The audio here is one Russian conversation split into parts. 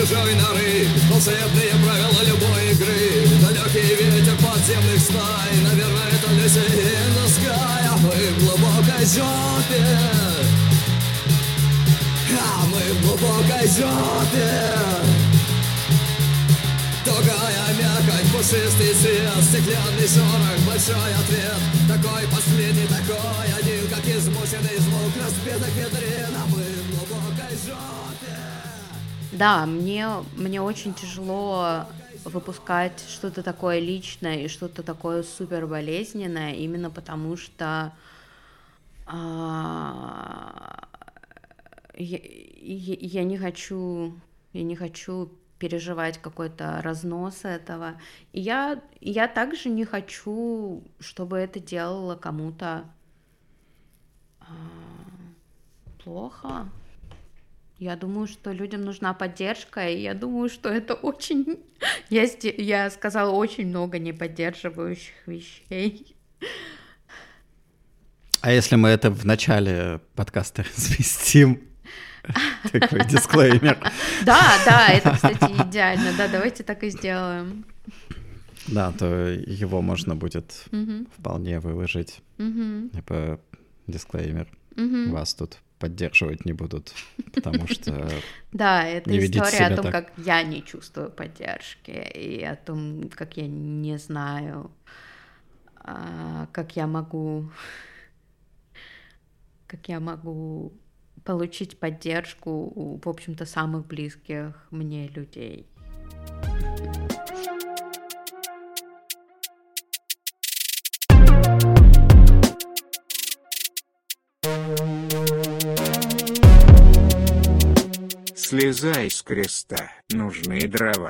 чужой норы, волшебные правила любой игры, далекий ветер подземных стай, наверное, это Lucy in the sky, а мы в глубокой жопе, а мы в глубокой жопе. Тугая мякоть, пушистый свет, стеклянный шорох, большой ответ, такой последний, такой один, как измученный звук разбитых витрин, а мы в глубокой жопе. Да, мне очень тяжело выпускать что-то такое личное и что-то такое супер болезненное, именно потому что я не хочу переживать какой-то разнос этого. И я также не хочу, чтобы это делало кому-то плохо. Я думаю, что людям нужна поддержка, и я думаю, что это очень... Я сказала очень много неподдерживающих вещей. А если мы это в начале подкаста разместим? Такой дисклеймер. Да, это, кстати, идеально. Да, давайте так и сделаем. Да, то его можно будет вполне выложить. Типа дисклеймер. Вас тут поддерживать не будут, потому что... Да, это история о том, как я не чувствую поддержки, и о том, как я не знаю, как я могу получить поддержку у, в общем-то, самых близких мне людей. Слезай с креста, нужны дрова.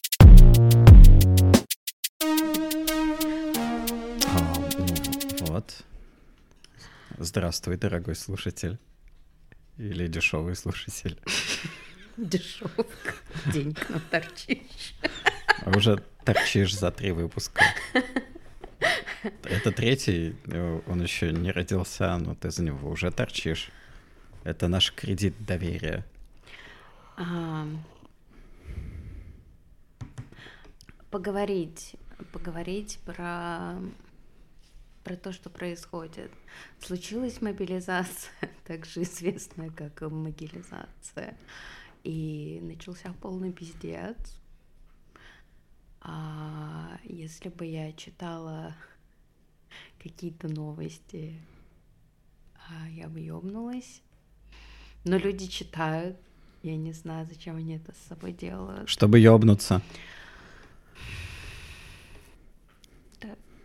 Вот. Здравствуй, дорогой слушатель. Или дешевый слушатель. Дешевка. Денег наторчишь. А уже торчишь за 3 выпуска. Это 3-й, он еще не родился, но ты за него уже торчишь. Это наш кредит доверия. Поговорить про то, что происходит. Случилась мобилизация, также известная как могилизация, и начался полный пиздец. Если бы я читала какие-то новости, я бы ёбнулась. Но люди читают. Я не знаю, зачем они это с собой делают. Чтобы ёбнуться. Да.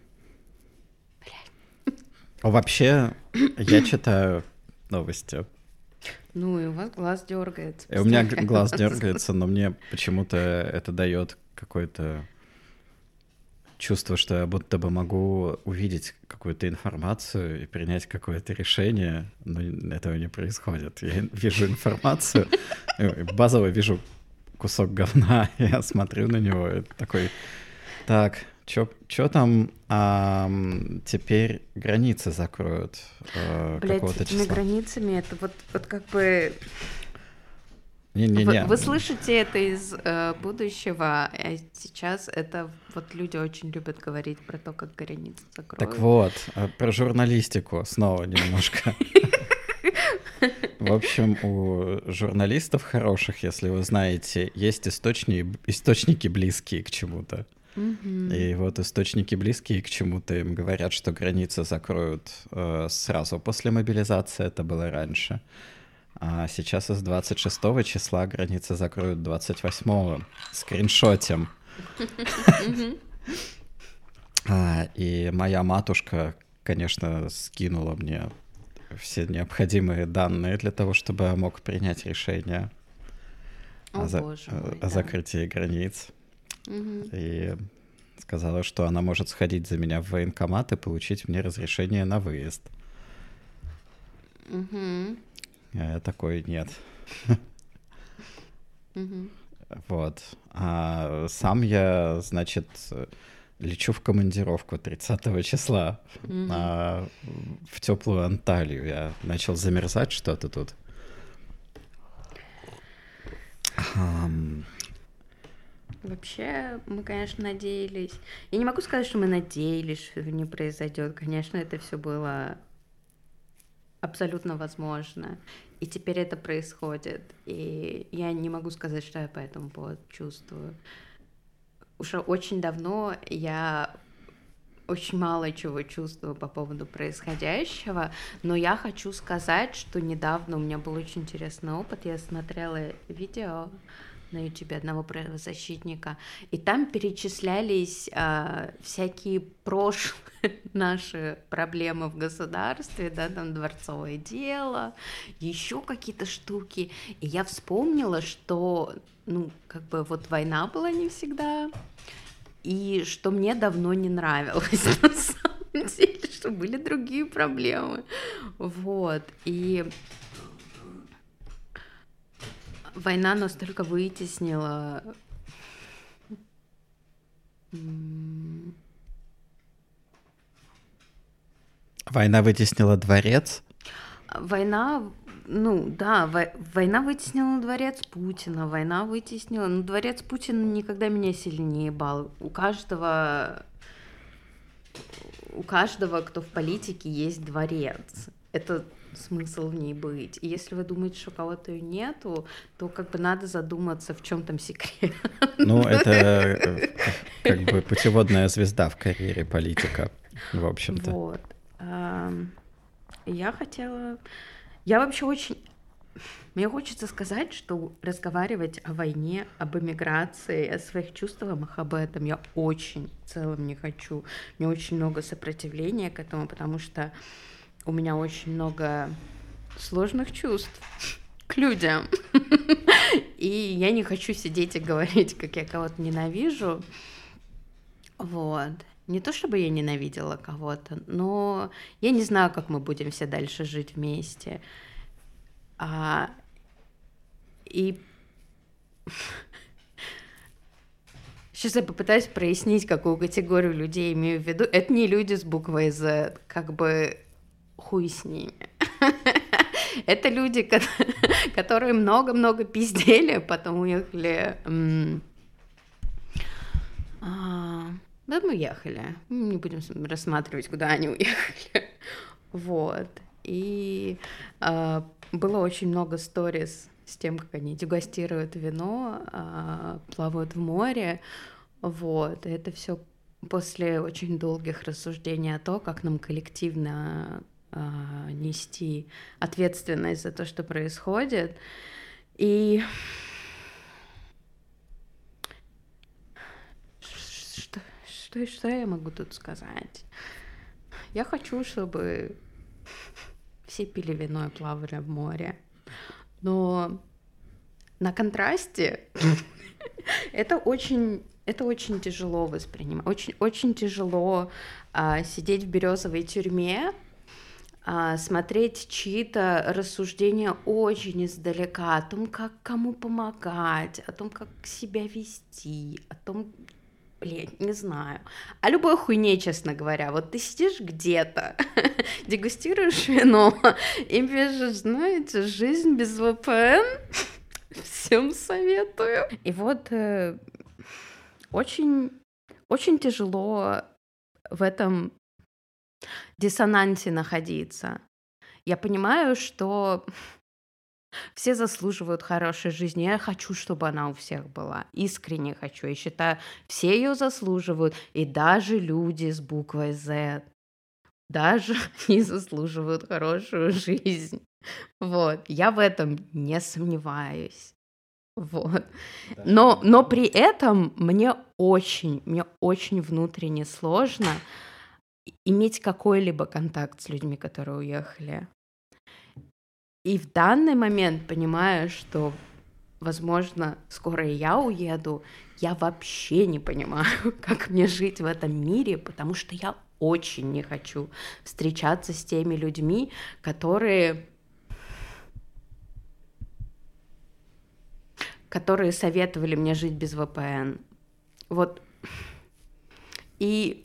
Блядь. Вообще, я читаю новости. Ну, и у вас глаз дергается. У меня глаз дергается, но мне почему-то это дает какое-то чувство, что я будто бы могу увидеть какую-то информацию и принять какое-то решение, но этого не происходит. Я вижу информацию, базово вижу кусок говна, я смотрю на него, и такой, так, чё там теперь границы закроют какого-то числа? Этими границами это вот как бы... Не-не-не. Вы слышите это из будущего, а сейчас это вот люди очень любят говорить про то, как границы закроют. Так вот, про журналистику снова немножко. В общем, у журналистов хороших, если вы знаете, есть источники близкие к чему-то. И вот источники близкие к чему-то им говорят, что границы закроют сразу после мобилизации, это было раньше. А сейчас из 26 числа границы закроют 28-го. Скриншотим. И моя матушка, конечно, скинула мне все необходимые данные для того, чтобы я мог принять решение о закрытии границ. И сказала, что она может сходить за меня в военкомат и получить мне разрешение на выезд. Я такой, нет. Вот. А сам я, значит, лечу в командировку 30 числа в теплую Анталию. Я начал замерзать что-то тут. Вообще, мы, конечно, надеялись. Я не могу сказать, что мы надеялись, что это не произойдет. Конечно, это все было абсолютно возможно. И теперь это происходит. И я не могу сказать, что я по этому поводу чувствую. Уже очень давно я очень мало чего чувствую по поводу происходящего, но я хочу сказать, что недавно у меня был очень интересный опыт. Я смотрела видео на YouTube одного правозащитника, и там перечислялись всякие прошлые наши проблемы в государстве, да, там дворцовое дело, еще какие-то штуки. И я вспомнила, что, ну, как бы вот война была не всегда, и что мне давно не нравилось, на самом деле, что были другие проблемы. Вот, и война настолько вытеснила Война вытеснила дворец? война, ну да, война вытеснила дворец Путина, война вытеснила, ну дворец Путина никогда меня сильнее бал. У каждого, кто в политике, есть дворец. Это смысл в ней быть. И если вы думаете, что у кого-то ее нету, то как бы надо задуматься, в чем там секрет. Ну, это как бы путеводная звезда в карьере политика, в общем-то. Вот. Я вообще очень... Мне хочется сказать, что разговаривать о войне, об эмиграции, о своих чувствах, об этом я очень в целом не хочу. У меня очень много сопротивления к этому, потому что у меня очень много сложных чувств к людям. И я не хочу сидеть и говорить, как я кого-то ненавижу. Вот. Не то чтобы я ненавидела кого-то, но я не знаю, как мы будем все дальше жить вместе. И сейчас я попытаюсь прояснить, какую категорию людей имею в виду. Это не люди с буквой Z, как бы хуй с ними. Это люди, которые много-много пиздели, потом уехали. Да, мы уехали. Не будем рассматривать, куда они уехали. Вот. И было очень много сториз с тем, как они дегустируют вино, плавают в море. Вот. И это все после очень долгих рассуждений о том, как нам коллективно нести ответственность за то, что происходит. И что я могу тут сказать? Я хочу, чтобы все пили вино и плавали в море. Но на контрасте это очень тяжело воспринимать. Очень тяжело сидеть в березовой тюрьме, смотреть чьи-то рассуждения очень издалека о том, как кому помогать, о том, как себя вести, о том, не знаю. О любой хуйне, честно говоря. Вот ты сидишь где-то, дегустируешь вино и пишешь, знаете, жизнь без VPN. Всем советую. И вот очень тяжело в этом диссонансе находиться. Я понимаю, что все заслуживают хорошей жизни. Я хочу, чтобы она у всех была. Искренне хочу. Я считаю, все ее заслуживают. И даже люди с буквой Z. Даже они заслуживают хорошую жизнь. Вот. Я в этом не сомневаюсь. Вот. Но при этом мне очень внутренне сложно иметь какой-либо контакт с людьми, которые уехали. И в данный момент понимаю, что, возможно, скоро и я уеду, я вообще не понимаю, как мне жить в этом мире, потому что я очень не хочу встречаться с теми людьми, которые советовали мне жить без VPN. Вот. И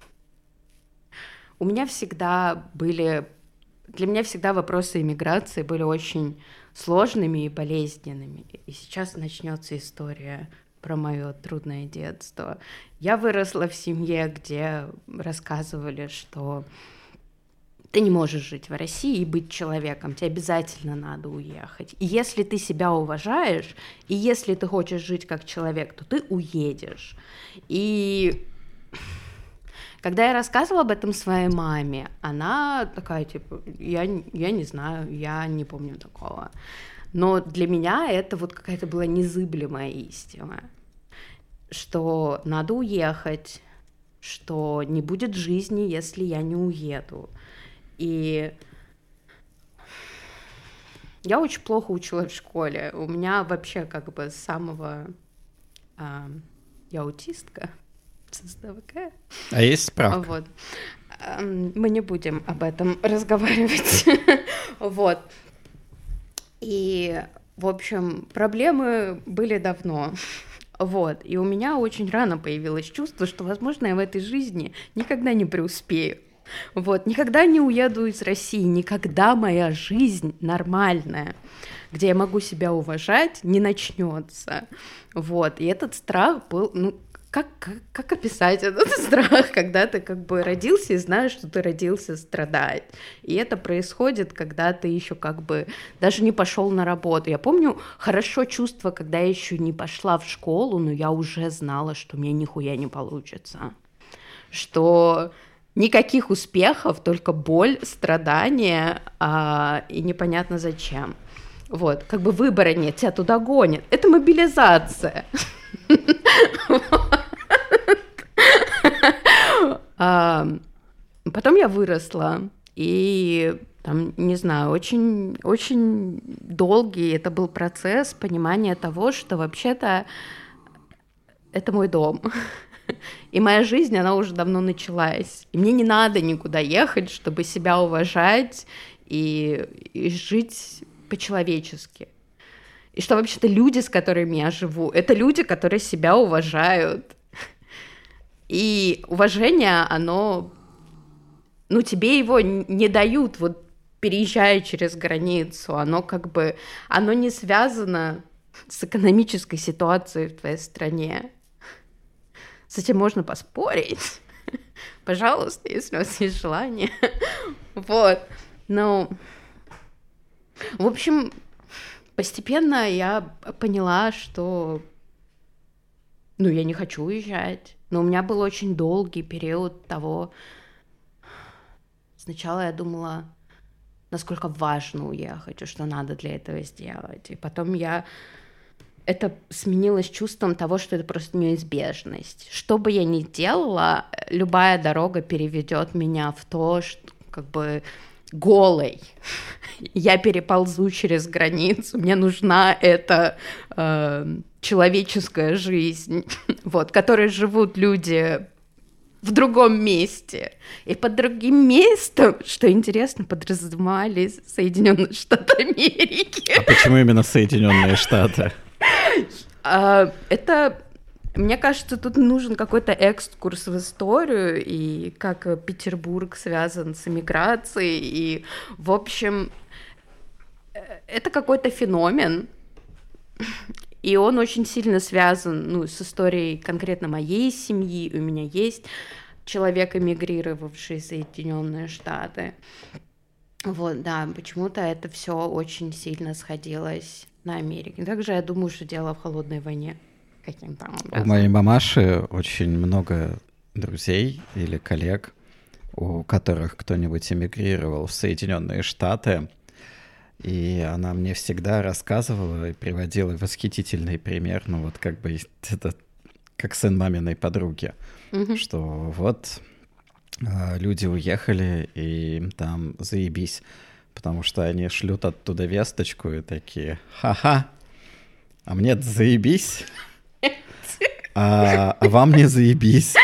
у меня всегда были... Для меня всегда вопросы иммиграции были очень сложными и болезненными. И сейчас начнется история про мое трудное детство. Я выросла в семье, где рассказывали, что ты не можешь жить в России и быть человеком, тебе обязательно надо уехать. И если ты себя уважаешь, и если ты хочешь жить как человек, то ты уедешь. И когда я рассказывала об этом своей маме, она такая, типа, я не знаю, я не помню такого. Но для меня это вот какая-то была незыблемая истина, что надо уехать, что не будет жизни, если я не уеду. И я очень плохо училась в школе. У меня вообще как бы с самого... я аутистка с СДВГ. А есть справка? Вот. Мы не будем об этом разговаривать. Вот. И, в общем, проблемы были давно. Вот. И у меня очень рано появилось чувство, что, возможно, я в этой жизни никогда не преуспею. Вот, никогда не уеду из России, никогда моя жизнь нормальная, где я могу себя уважать, не начнется. Вот, и этот страх был, ну, как описать этот страх, когда ты как бы родился и знаешь, что ты родился страдать. И это происходит, когда ты еще как бы даже не пошел на работу. Я помню хорошо чувство, когда я еще не пошла в школу, но я уже знала, что у меня нихуя не получится. Что... Никаких успехов, только боль, страдания и непонятно зачем. Вот, как бы выбора нет, тебя туда гонят. Это мобилизация. Потом я выросла, и там, не знаю, очень, очень долгий это был процесс понимания того, что вообще-то это мой дом. И моя жизнь, она уже давно началась. И мне не надо никуда ехать, чтобы себя уважать и жить по-человечески. И что вообще-то люди, с которыми я живу, это люди, которые себя уважают. И уважение, оно... Ну, тебе его не дают, вот переезжая через границу. Оно как бы... Оно не связано с экономической ситуацией в твоей стране. С этим можно поспорить. Пожалуйста, если у вас есть желание. Вот. Ну, в общем, постепенно я поняла, что, ну, я не хочу уезжать. Но у меня был очень долгий период того... Сначала я думала, насколько важно уехать, и что надо для этого сделать. И потом это сменилось чувством того, что это просто неизбежность. Что бы я ни делала, любая дорога переведет меня в то, что как бы голой. Я переползу через границу, мне нужна эта человеческая жизнь, вот, в которой живут люди в другом месте. И под другим местом, что интересно, подразумевались Соединенные Штаты Америки. А почему именно Соединенные Штаты? Это, мне кажется, тут нужен какой-то экскурс в историю, и как Петербург связан с эмиграцией, и, в общем, это какой-то феномен, и он очень сильно связан, ну, с историей конкретно моей семьи. У меня есть человек, эмигрировавший в Соединенные Штаты. Вот, да, почему-то это все очень сильно сходилось на Америке. Также я думаю, что дело в холодной войне каким-то образом. У моей мамаши очень много друзей или коллег, у которых кто-нибудь эмигрировал в Соединенные Штаты, и она мне всегда рассказывала и приводила восхитительный пример, ну вот как бы это как сын маминой подруги, что вот люди уехали, и им там заебись, потому что они шлют оттуда весточку и такие: ха-ха, а мне заебись, а вам не заебись,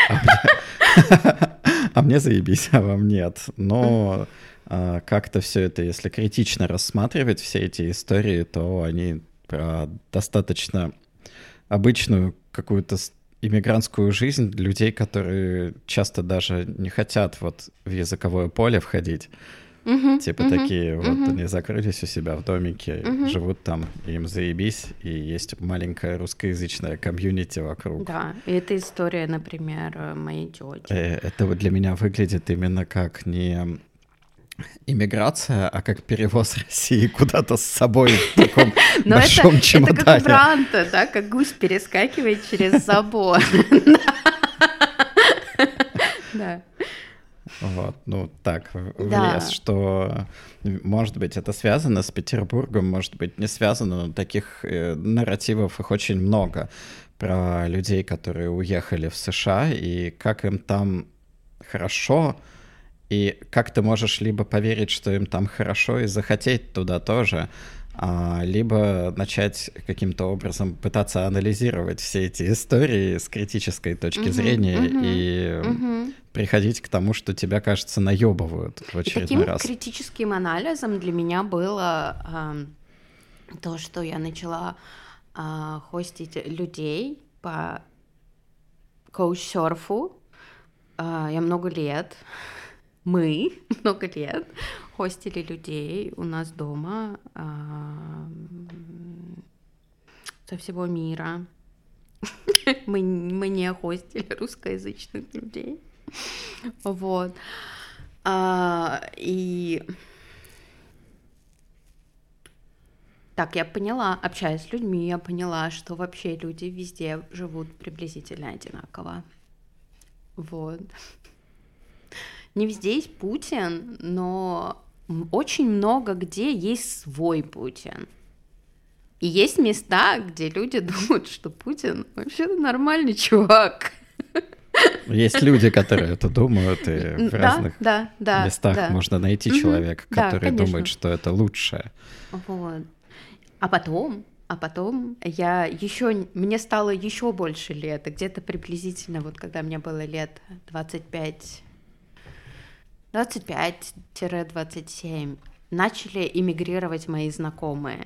а мне заебись, а вам нет. Но как-то все это, если критично рассматривать все эти истории, то они про достаточно обычную какую-то иммигрантскую жизнь людей, которые часто даже не хотят вот в языковое поле входить, Типа такие вот они закрылись у себя в домике, живут там, им заебись, и есть маленькая русскоязычная комьюнити вокруг. Да, и это история, например, моей тети. Это вот для меня выглядит именно как не иммиграция, а как перевоз России куда-то с собой в таком большом чемодане. Это как Бранто, да, как гусь перескакивает через забор. Да. Вот, ну так, влез, что, может быть, это связано с Петербургом, может быть, не связано, но таких нарративов их очень много про людей, которые уехали в США, и как им там хорошо, и как ты можешь либо поверить, что им там хорошо, и захотеть туда тоже, либо начать каким-то образом пытаться анализировать все эти истории с критической точки зрения и приходить к тому, что тебя, кажется, наебывают в очередной раз. Таким критическим анализом для меня было то, что я начала хостить людей по коучсерфу. Я много лет хостили людей у нас дома со всего мира. Мы не хостили русскоязычных людей. Вот. И так я поняла, общаясь с людьми, я поняла, что вообще люди везде живут приблизительно одинаково. Вот. Не везде есть Путин, но очень много где есть свой Путин. И есть места, где люди думают, что Путин вообще-то нормальный чувак. Есть люди, которые это думают, и в разных местах можно найти человека, который думает, что это лучшее. Вот. А потом мне стало еще больше лет, и где-то приблизительно, вот когда мне было лет 25-27, начали эмигрировать мои знакомые.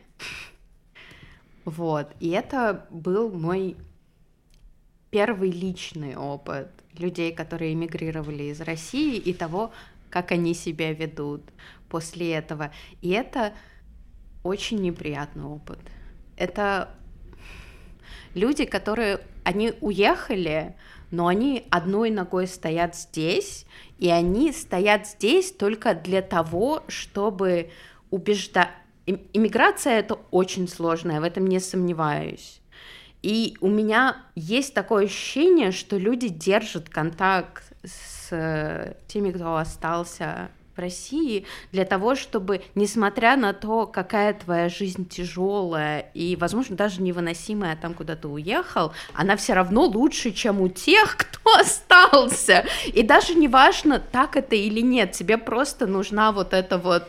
Вот. И это был мой первый личный опыт людей, которые эмигрировали из России, и того, как они себя ведут после этого. И это очень неприятный опыт. Это люди, они уехали, но они одной ногой стоят здесь, и они стоят здесь только для того, чтобы убеждать. Иммиграция — это очень сложно, я в этом не сомневаюсь. И у меня есть такое ощущение, что люди держат контакт с теми, кто остался в России, для того, чтобы, несмотря на то, какая твоя жизнь тяжелая и, возможно, даже невыносимая там, куда ты уехал, она все равно лучше, чем у тех, кто остался. И даже не важно, так это или нет, тебе просто нужна вот эта вот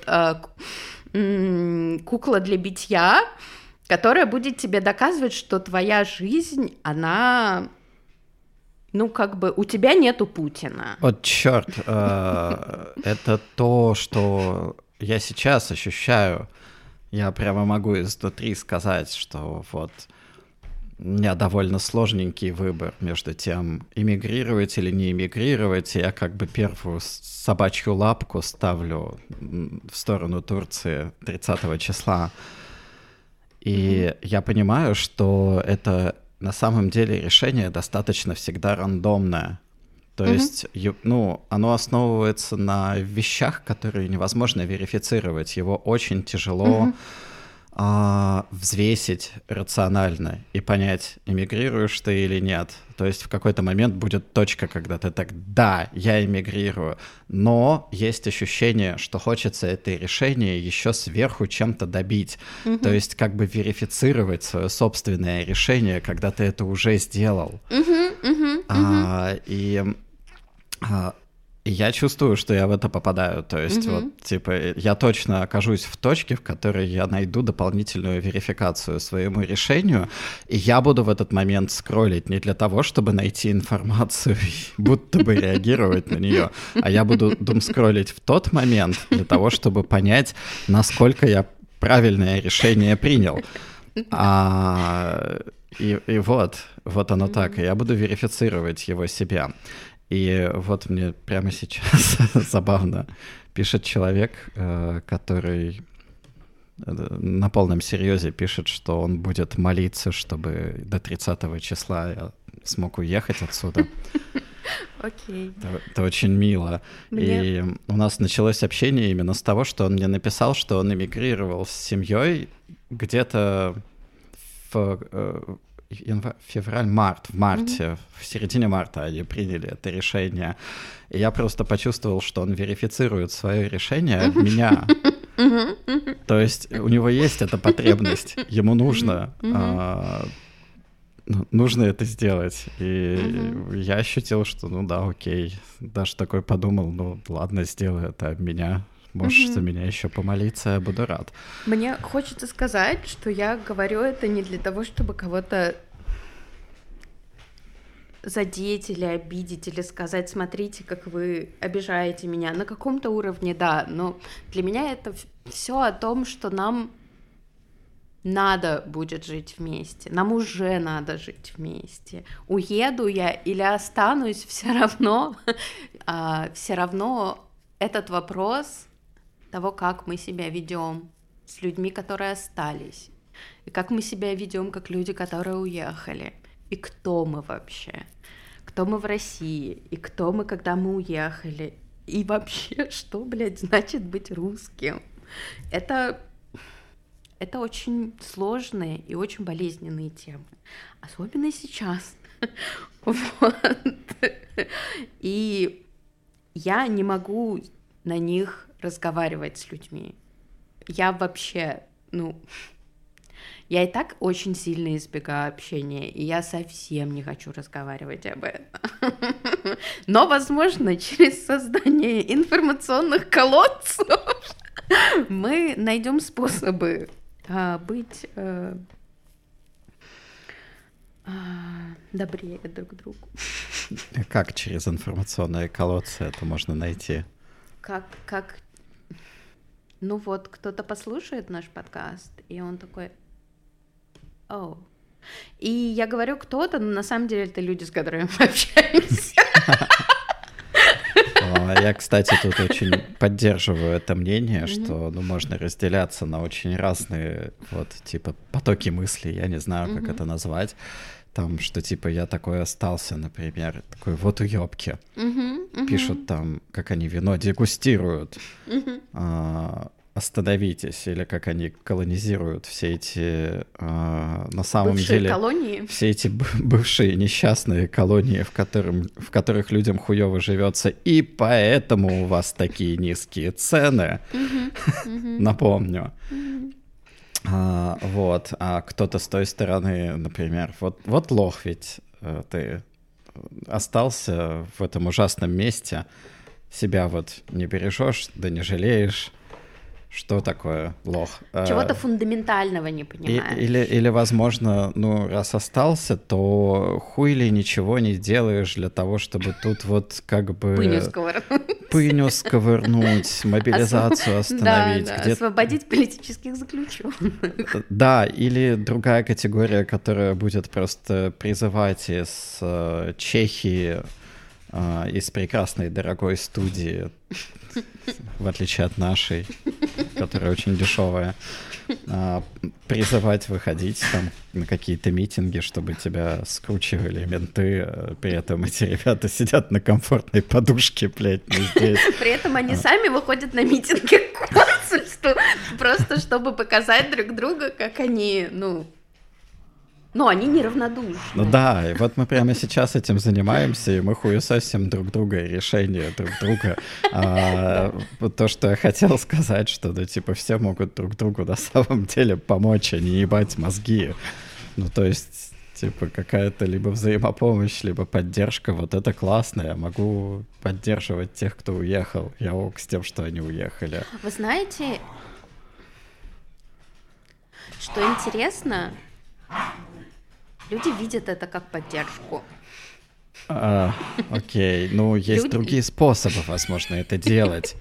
кукла для битья, которая будет тебе доказывать, что твоя жизнь, она... Ну, как бы у тебя нету Путина. Вот черт, это то, что я сейчас ощущаю. Я прямо могу изнутри сказать, что вот у меня довольно сложненький выбор между тем, эмигрировать или не эмигрировать. Я как бы первую собачью лапку ставлю в сторону Турции 30 числа. И я понимаю, что это на самом деле решение достаточно всегда рандомное. То есть, ну, оно основывается на вещах, которые невозможно верифицировать. Его очень тяжело взвесить рационально и понять, эмигрируешь ты или нет. То есть в какой-то момент будет точка, когда ты так, да, я эмигрирую, но есть ощущение, что хочется это решение еще сверху чем-то добить. То есть как бы верифицировать свое собственное решение, когда ты это уже сделал. И я чувствую, что я в это попадаю. То есть вот, типа, я точно окажусь в точке, в которой я найду дополнительную верификацию своему решению, и я буду в этот момент скроллить не для того, чтобы найти информацию и будто бы реагировать на нее, а я буду думскроллить в тот момент для того, чтобы понять, насколько я правильное решение принял. И вот оно так, и я буду верифицировать его себя. И вот мне прямо сейчас забавно пишет человек, который на полном серьезе пишет, что он будет молиться, чтобы до 30 числа я смог уехать отсюда. Окей. Это очень мило. И у нас началось общение именно с того, что он мне написал, что он эмигрировал с семьей где-то в февраль-март, в марте, в середине марта они приняли это решение. И я просто почувствовал, что он верифицирует свое решение в меня. То есть у него есть эта потребность, ему нужно это сделать. И я ощутил, что ну да, окей. Даже такой подумал, ну ладно, сделай это об меня. Можешь за меня еще помолиться, я буду рад. Мне хочется сказать, что я говорю это не для того, чтобы кого-то задеть или обидеть, или сказать, смотрите, как вы обижаете меня. На каком-то уровне, да, но для меня это все о том, что нам надо будет жить вместе, нам уже надо жить вместе. Уеду я или останусь, все равно этот вопрос того, как мы себя ведем с людьми, которые остались, и как мы себя ведем, как люди, которые уехали, и кто мы вообще, кто мы в России, и кто мы, когда мы уехали, и вообще, что, блядь, значит быть русским. Это очень сложные и очень болезненные темы, особенно сейчас. И я не могу на них разговаривать с людьми. Я вообще, я и так очень сильно избегаю общения, и я совсем не хочу разговаривать об этом. Но, возможно, через создание информационных колодцев мы найдем способы быть добрее друг к другу. Как через информационные колодцы это можно найти? Как... Ну вот, кто-то послушает наш подкаст, и он такой... Оу. И я говорю кто-то, но на самом деле это люди, с которыми мы общаемся. Я, кстати, тут очень поддерживаю это мнение, что можно разделяться на очень разные типа потоки мыслей, я не знаю, как это назвать. Там, что типа я такой остался, например, такой вот уёбки. Пишут там, как они вино дегустируют. Остановитесь, или как они колонизируют все эти, на самом бывшие деле, колонии. все эти бывшие несчастные колонии, в которых людям хуёво живется, и поэтому у вас такие низкие цены. Напомню. А кто-то с той стороны, например, вот лох ведь ты остался в этом ужасном месте, себя вот не бережешь, да не жалеешь. Что такое лох? Чего-то фундаментального не понимаешь. Или, возможно, раз остался, то хуй ли ничего не делаешь для того, чтобы тут вот как бы... Пыню сковырнуть, мобилизацию остановить. Да, освободить политических заключенных. Да, или другая категория, которая будет просто призывать из Чехии, из прекрасной дорогой студии, в отличие от нашей, которая очень дешевая, призывать выходить там на какие-то митинги, чтобы тебя скручивали менты, при этом эти ребята сидят на комфортной подушке, блядь, здесь. При этом они сами выходят на митинги к консульству, просто чтобы показать друг другу, как они, они неравнодушны. Да, и вот мы прямо сейчас этим занимаемся, и мы хуесосим друг друга и решения друг друга. То, что я хотел сказать, что, все могут друг другу на самом деле помочь, а не ебать мозги. То есть, какая-то либо взаимопомощь, либо поддержка, вот это классно. Я могу поддерживать тех, кто уехал. Я ок с тем, что они уехали. Вы знаете, что интересно... Люди видят это как поддержку. Окей, есть другие способы, возможно, это делать.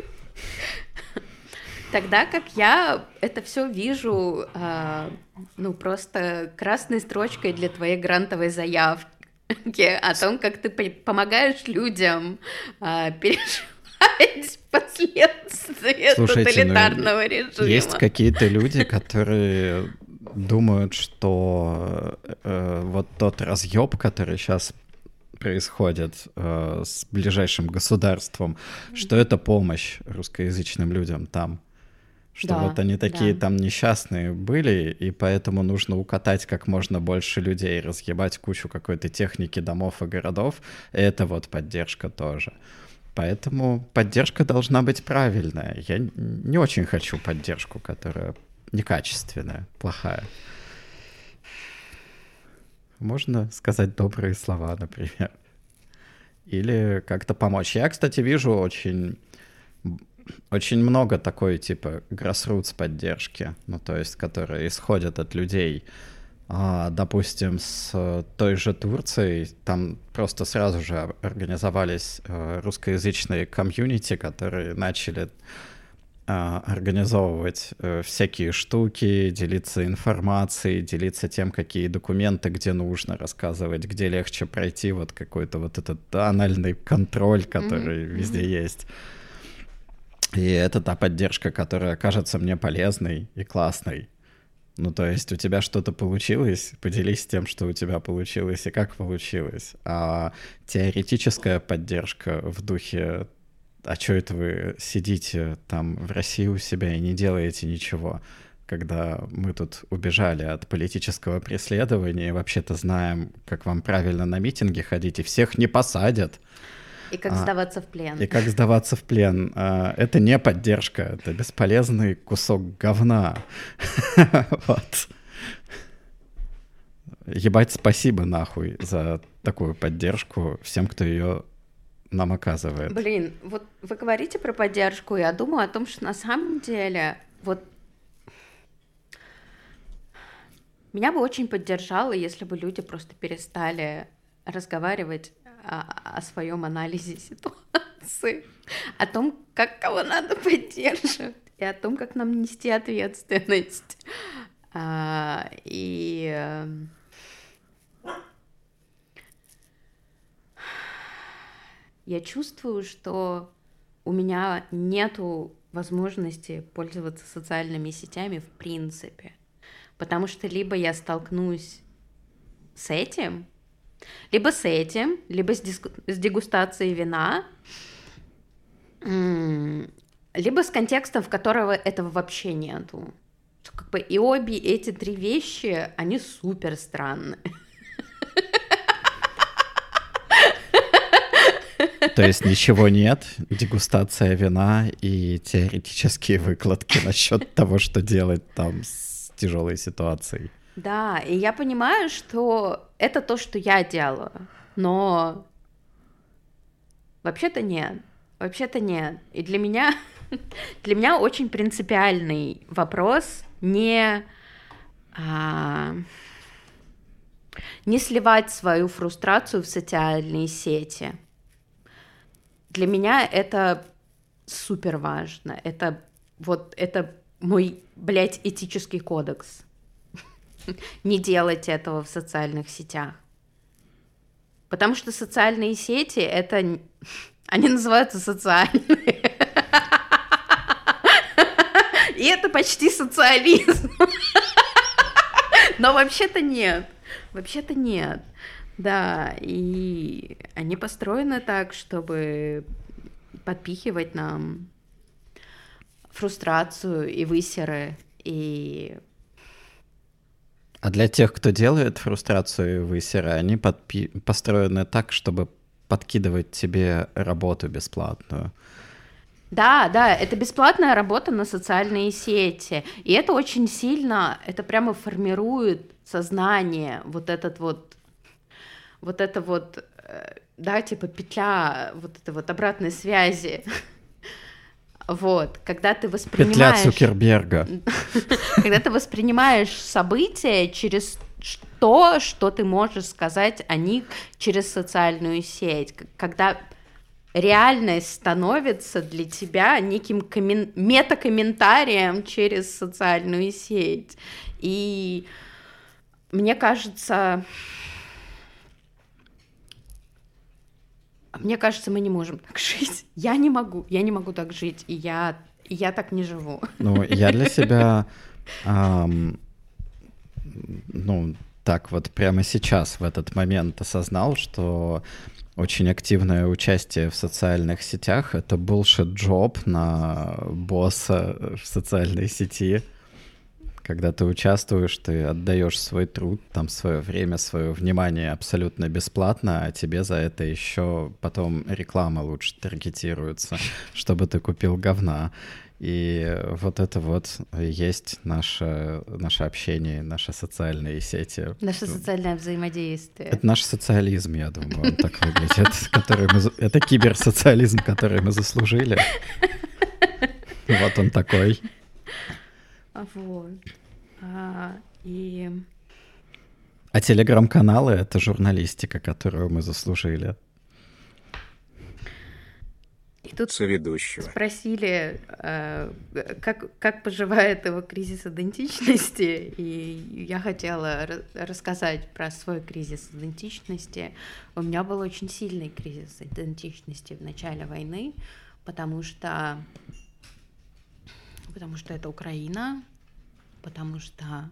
Тогда как я это все вижу, просто красной строчкой для твоей грантовой заявки. о том, как ты помогаешь людям переживать последствия тоталитарного режима. Есть какие-то люди, которые думают, что вот тот разъеб, который сейчас происходит с ближайшим государством, что это помощь русскоязычным людям там. Что вот они такие там несчастные были, и поэтому нужно укатать как можно больше людей, разъебать кучу какой-то техники домов и городов. Это вот поддержка тоже. Поэтому поддержка должна быть правильная. Я не очень хочу поддержку, которая некачественная, плохая. Можно сказать добрые слова, например. Или как-то помочь. Я, кстати, вижу очень много такой, типа, grassroots поддержки, ну, то есть, которые исходят от людей. Допустим, с той же Турцией, там просто сразу же организовались русскоязычные комьюнити, которые начали организовывать всякие штуки, делиться информацией, делиться тем, какие документы, где нужно рассказывать, где легче пройти вот какой-то вот этот анальный контроль, который везде есть. И это та поддержка, которая кажется мне полезной и классной. Ну, то есть у тебя что-то получилось, поделись тем, что у тебя получилось и как получилось. А теоретическая поддержка в духе «А что это вы сидите там в России у себя и не делаете ничего?» Когда мы тут убежали от политического преследования и вообще-то знаем, как вам правильно на митинги ходить, и всех не посадят. И как сдаваться в плен. И как сдаваться в плен. Это не поддержка, это бесполезный кусок говна. Вот. Ебать, спасибо нахуй за такую поддержку всем, кто ее нам оказывает. Блин, вот вы говорите про поддержку, я думаю о том, что на самом деле вот меня бы очень поддержало, если бы люди просто перестали разговаривать о своем анализе ситуации, о том, как кого надо поддерживать, и о том, как нам нести ответственность. Я чувствую, что у меня нету возможности пользоваться социальными сетями в принципе, потому что либо я столкнусь с этим, либо с дегустацией вина, либо с контекстом, в которого этого вообще нету. Как бы и обе эти три вещи, они супер странные. То есть ничего нет, дегустация вина и теоретические выкладки насчет того, что делать там с тяжелой ситуацией. Да, и я понимаю, что это то, что я делаю, но вообще-то нет. И для меня очень принципиальный вопрос не сливать свою фрустрацию в социальные сети. Для меня это супер важно. Это мой, блядь, этический кодекс. Не делать этого в социальных сетях. Потому что социальные сети, они называются социальные. И это почти социализм. Но вообще-то нет. Да, и они построены так, чтобы подпихивать нам фрустрацию и высеры, и... А для тех, кто делает фрустрацию и высеры, они построены так, чтобы подкидывать тебе работу бесплатную. Да, это бесплатная работа на социальные сети, и это очень сильно, это прямо формирует сознание, да, типа петля вот этой вот обратной связи. Вот, когда ты воспринимаешь... Петля Цукерберга. Когда ты воспринимаешь события через то, что ты можешь сказать о них через социальную сеть. Когда реальность становится для тебя неким метакомментарием через социальную сеть. И мне кажется... Мне кажется, мы не можем так жить. Я не могу так жить, и я так не живу. Ну, я для себя, так вот прямо сейчас, в этот момент осознал, что очень активное участие в социальных сетях — это bullshit-джоб на босса в социальной сети. Когда ты участвуешь, ты отдаешь свой труд, там, свое время, свое внимание абсолютно бесплатно, а тебе за это еще потом реклама лучше таргетируется, чтобы ты купил говна. И вот это вот есть наше общение, наши социальные сети. Наше социальное взаимодействие. Это наш социализм, я думаю, он так выглядит. Это киберсоциализм, который мы заслужили. Вот он такой. Вот. А телеграм-каналы — это журналистика, которую мы заслужили. И тут Соведущего. спросили, как поживает его кризис идентичности, и я хотела рассказать про свой кризис идентичности. У меня был очень сильный кризис идентичности в начале войны, потому что это Украина, потому что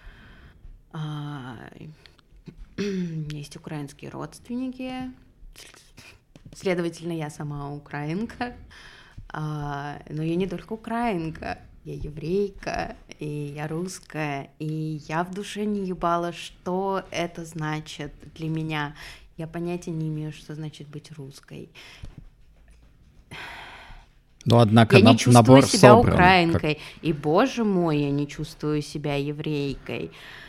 у меня есть украинские родственники, следовательно, я сама украинка, но я не только украинка, я еврейка, и я русская, и я в душе не ебала, что это значит для меня. Я понятия не имею, что значит быть русской. Но, однако, я не чувствую себя собран, украинкой, и, боже мой, я не чувствую себя еврейкой.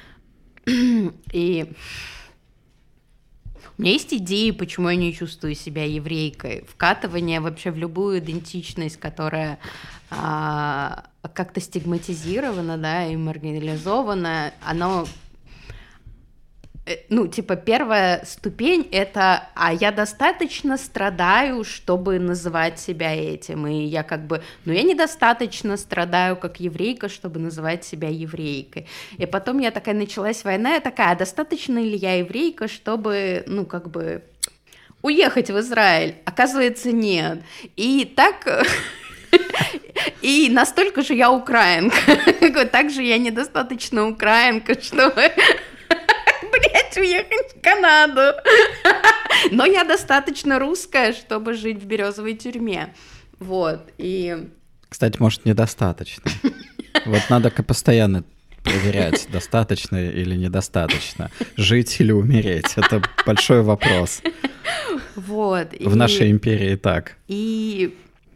И у меня есть идеи, почему я не чувствую себя еврейкой. Вкатывание вообще в любую идентичность, которая как-то стигматизирована, да, и маргинализована, оно... первая ступень — это я достаточно страдаю, чтобы называть себя этим, и я я недостаточно страдаю как еврейка, чтобы называть себя еврейкой. И потом началась война, я такая, достаточно ли я еврейка, чтобы, уехать в Израиль? Оказывается, нет. И так... И настолько же я украинка. Также я недостаточно украинка, чтобы... уехать в Канаду. Но я достаточно русская, чтобы жить в березовой тюрьме. Вот. И... Кстати, может, недостаточно. Вот надо постоянно проверять, достаточно или недостаточно. Жить или умереть — это большой вопрос. Вот. В нашей империи так. И...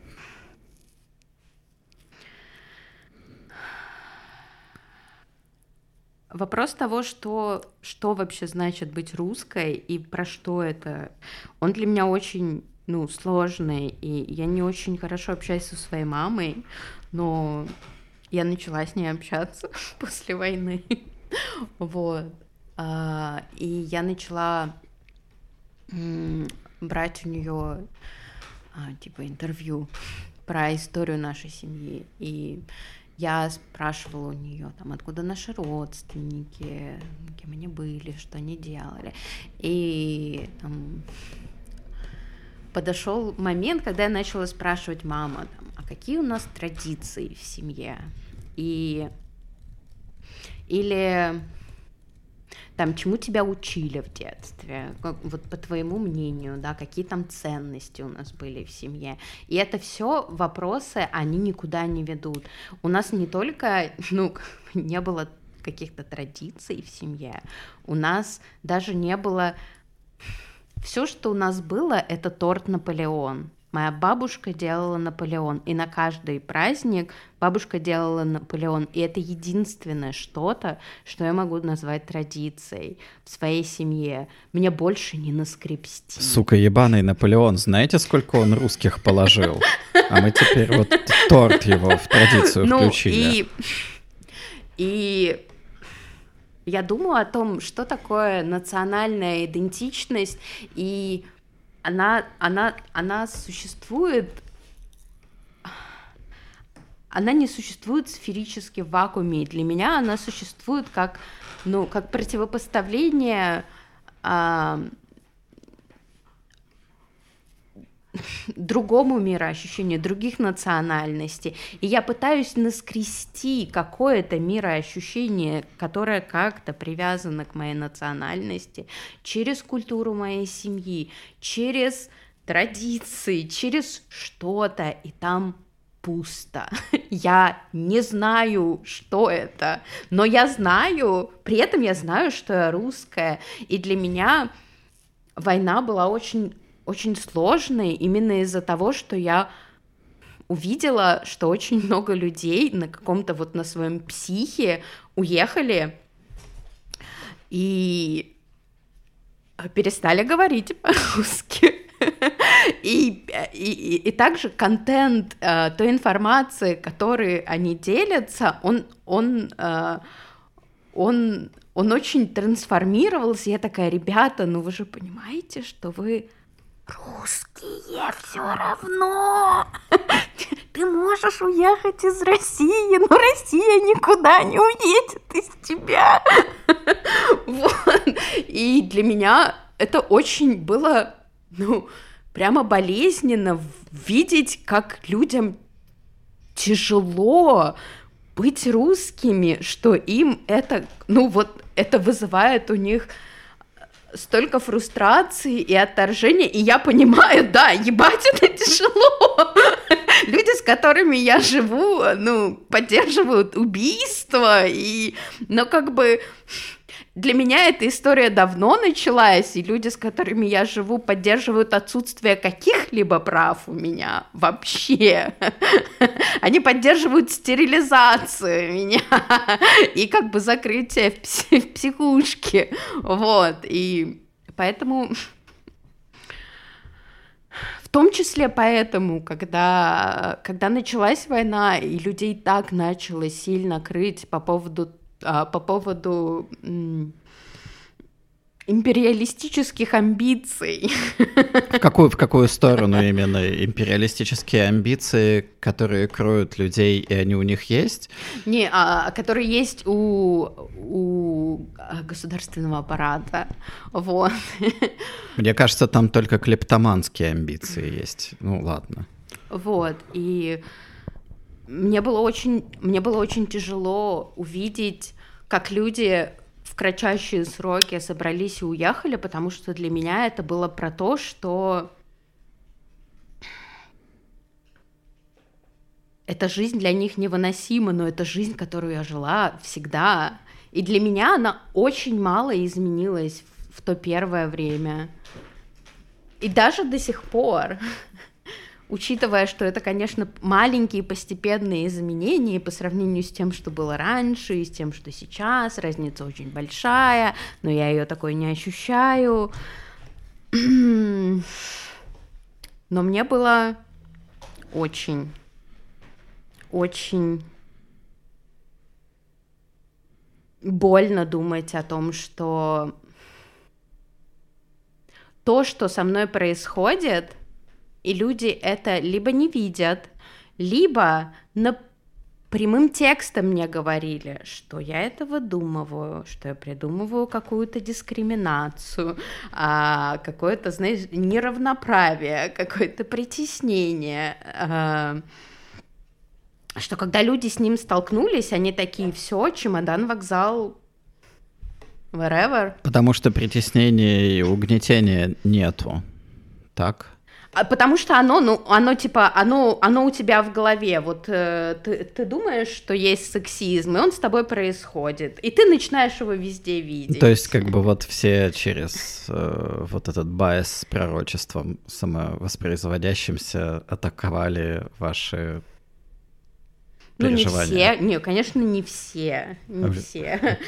Вопрос того, что вообще значит быть русской и про что это, он для меня очень, сложный, и я не очень хорошо общаюсь со своей мамой, но я начала с ней общаться после войны, вот, и я начала брать у нее интервью про историю нашей семьи, и я спрашивала у нее, откуда наши родственники, кем они были, что они делали. И подошел момент, когда я начала спрашивать маму, а какие у нас традиции в семье? Или чему тебя учили в детстве, вот по твоему мнению, да, какие там ценности у нас были в семье. И это все вопросы, они никуда не ведут. У нас не только, не было каких-то традиций в семье, у нас даже не было... Все, что у нас было, это торт Наполеон. Моя бабушка делала Наполеон, и на каждый праздник бабушка делала Наполеон, и это единственное что-то, что я могу назвать традицией в своей семье. Мне больше не наскребсти. Сука, ебаный Наполеон, знаете, сколько он русских положил? А мы теперь вот торт его в традицию включили. И я думаю о том, что такое национальная идентичность, и она существует, она не существует сферически в вакууме. Для меня она существует как противопоставление другому мироощущению, других национальностей. И я пытаюсь наскрести какое-то мироощущение, которое как-то привязано к моей национальности, через культуру моей семьи, через традиции, через что-то, и там пусто. Я не знаю, что это, но я знаю, при этом я знаю, что я русская, и для меня война была очень, очень сложной именно из-за того, что я увидела, что очень много людей на каком-то вот на своем психе уехали и перестали говорить по-русски. И также контент той информации, которой они делятся, он очень трансформировался. Я такая: ребята, ну вы же понимаете, что вы русские все равно. Ты можешь уехать из России, но Россия никуда не уедет из тебя. Вот. И для меня это очень было, прямо болезненно видеть, как людям тяжело быть русскими, что им это, это вызывает у них столько фрустрации и отторжения, и я понимаю, да, ебать, это тяжело. Люди, с которыми я живу, поддерживают убийство, но для меня эта история давно началась, и люди, с которыми я живу, поддерживают отсутствие каких-либо прав у меня вообще. Они поддерживают стерилизацию меня и закрытие в психушке. Вот, и поэтому... В том числе поэтому, когда началась война, и людей так начало сильно крыть по поводу империалистических амбиций. В какую сторону именно империалистические амбиции, которые кроют людей, и они у них есть? Не, которые есть у государственного аппарата. Вот. Мне кажется, там только клептоманские амбиции есть. Ну, ладно. Вот, и мне было очень тяжело увидеть, как люди в кратчайшие сроки собрались и уехали, потому что для меня это было про то, что эта жизнь для них невыносима, но это жизнь, которую я жила всегда. И для меня она очень мало изменилась в то первое время. И даже до сих пор. Учитывая, что это, конечно, маленькие постепенные изменения по сравнению с тем, что было раньше, и с тем, что сейчас, разница очень большая, но я ее такой не ощущаю. Но мне было очень, очень больно думать о том, что то, что со мной происходит, и люди это либо не видят, либо прямым текстом мне говорили, что я это выдумываю, что я придумываю какую-то дискриминацию, какое-то, знаешь, неравноправие, какое-то притеснение, что когда люди с ним столкнулись, они такие: все, чемодан, вокзал, wherever. Потому что притеснения и угнетения нету, так? Потому что оно у тебя в голове. Вот ты думаешь, что есть сексизм, и он с тобой происходит, и ты начинаешь его везде видеть. То есть вот все через вот этот байс с пророчеством самовоспроизводящимся атаковали ваши переживания. Не все, не, конечно, не все, не все.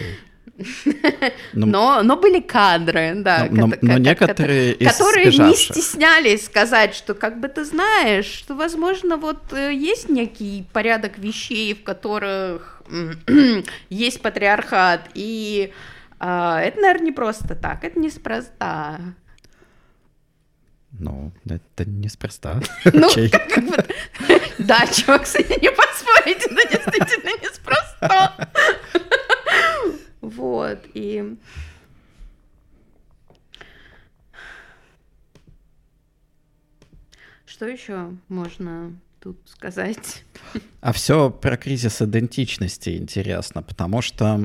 Но были кадры, да, но некоторые из которые сбежавших не стеснялись сказать, что ты знаешь, что, возможно, есть некий порядок вещей, в которых есть патриархат, и это, наверное, не просто так, это неспроста. Это неспроста. Да, чувак, кстати, не поспорить, это действительно неспроста. Вот, и... Что еще можно тут сказать? А все про кризис идентичности интересно, потому что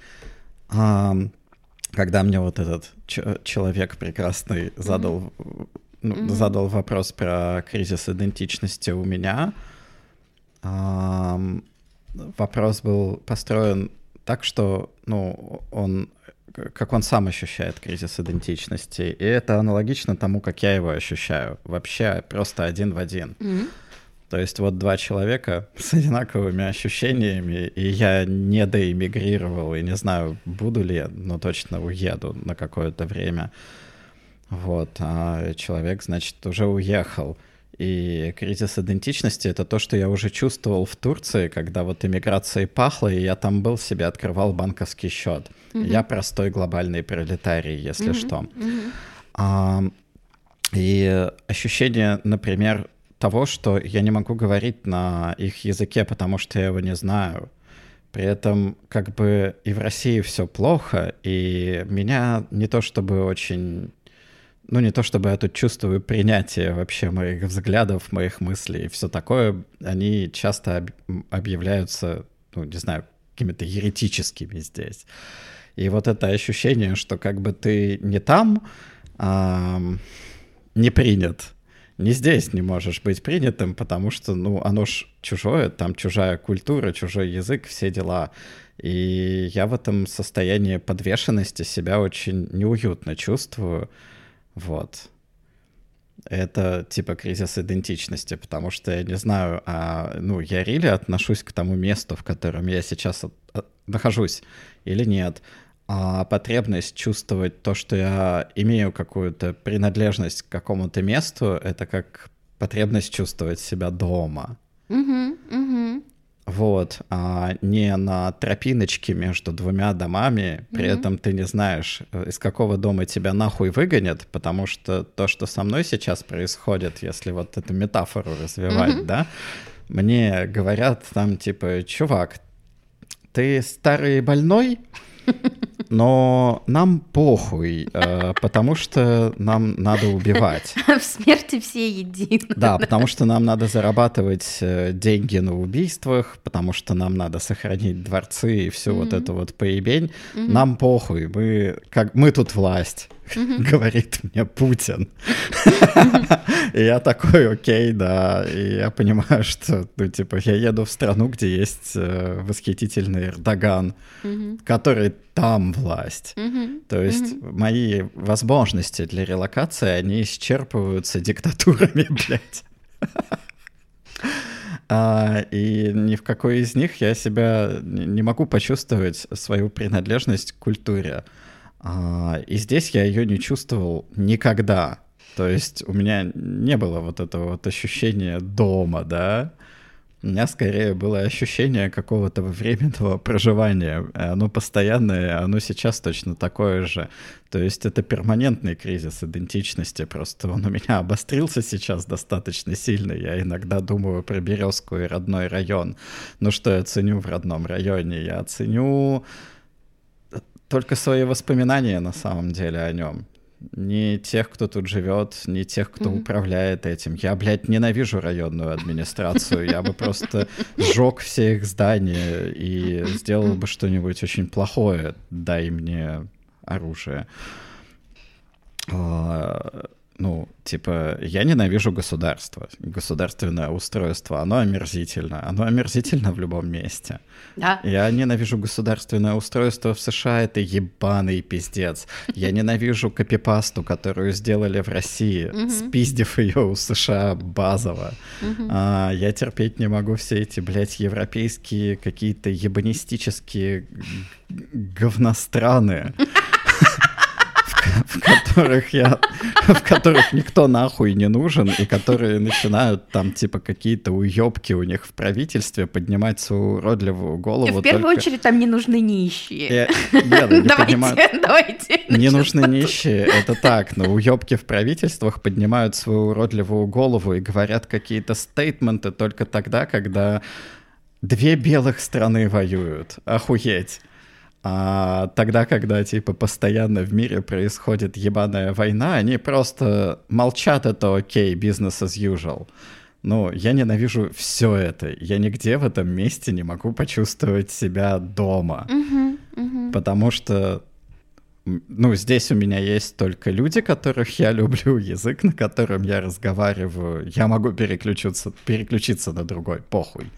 когда мне вот этот человек прекрасный задал вопрос про кризис идентичности у меня, вопрос был построен так, что, как он сам ощущает кризис идентичности, и это аналогично тому, как я его ощущаю, вообще просто один в один. То есть вот два человека с одинаковыми ощущениями, и я не доэмигрировал, и не знаю, буду ли, но точно уеду на какое-то время. Вот, а человек, значит, уже уехал. И кризис идентичности — это то, что я уже чувствовал в Турции, когда вот иммиграцией пахло, и я там был, себе открывал банковский счет. Я простой глобальный пролетарий, если что. И ощущение, например, того, что я не могу говорить на их языке, потому что я его не знаю. При этом как бы и в России все плохо, и меня не то чтобы очень... не то чтобы я тут чувствую принятие вообще моих взглядов, моих мыслей и все такое, они часто объявляются, не знаю, какими-то еретическими здесь. И вот это ощущение, что как бы ты не там, не принят, не здесь не можешь быть принятым, потому что, оно ж чужое, там чужая культура, чужой язык, все дела. И я в этом состоянии подвешенности себя очень неуютно чувствую. Вот. Это типа кризис идентичности, потому что я не знаю, я really отношусь к тому месту, в котором я сейчас нахожусь, или нет. А потребность чувствовать то, что я имею какую-то принадлежность к какому-то месту, это как потребность чувствовать себя дома. Вот, а не на тропиночке между двумя домами, при этом ты не знаешь, из какого дома тебя нахуй выгонят, потому что то, что со мной сейчас происходит, если вот эту метафору развивать, да, мне говорят там типа: чувак, ты старый и больной, но нам похуй, потому что нам надо убивать. В смерти все едины. Да, потому что нам надо зарабатывать деньги на убийствах, потому что нам надо сохранить дворцы и всю вот эту вот поебень. Нам похуй, мы тут власть, говорит мне Путин. И я такой: окей, да, и я понимаю, что, я еду в страну, где есть восхитительный Эрдоган, который там власть. То есть мои возможности для релокации, они исчерпываются диктатурами, блядь. И ни в какой из них я себя не могу почувствовать свою принадлежность к культуре. И здесь я ее не чувствовал никогда. То есть у меня не было вот этого вот ощущения дома, да? У меня скорее было ощущение какого-то временного проживания. Оно постоянное, оно сейчас точно такое же. То есть это перманентный кризис идентичности. Просто он у меня обострился сейчас достаточно сильно. Я иногда думаю про Березку и родной район. Но что я ценю в родном районе? Я ценю только свои воспоминания на самом деле о нем. Не тех, кто тут живет, не тех, кто управляет этим. Я, блядь, ненавижу районную администрацию. Я бы просто сжег все их здания и сделал бы что-нибудь очень плохое. Дай мне оружие. Я ненавижу государство. Государственное устройство, оно омерзительно. Оно омерзительно в любом месте. Да. Я ненавижу государственное устройство в США, это ебаный пиздец. Я ненавижу копипасту, которую сделали в России, спиздив ее у США базово. Я терпеть не могу все эти, блядь, европейские какие-то ебанистические говностраны, в которых никто нахуй не нужен, и которые начинают там типа какие-то уёбки у них в правительстве поднимать свою уродливую голову. В первую очередь там не нужны нищие. Давайте. Не нужны нищие, это так, но уёбки в правительствах поднимают свою уродливую голову и говорят какие-то стейтменты только тогда, когда две белых страны воюют. Охуеть. А тогда, когда, типа, постоянно в мире происходит ебаная война, они просто молчат, это окей, business as usual. Ну, я ненавижу все это. Я нигде в этом месте не могу почувствовать себя дома. Потому что, ну, здесь у меня есть только люди, которых я люблю, язык, на котором я разговариваю. Я могу переключиться на другой, похуй.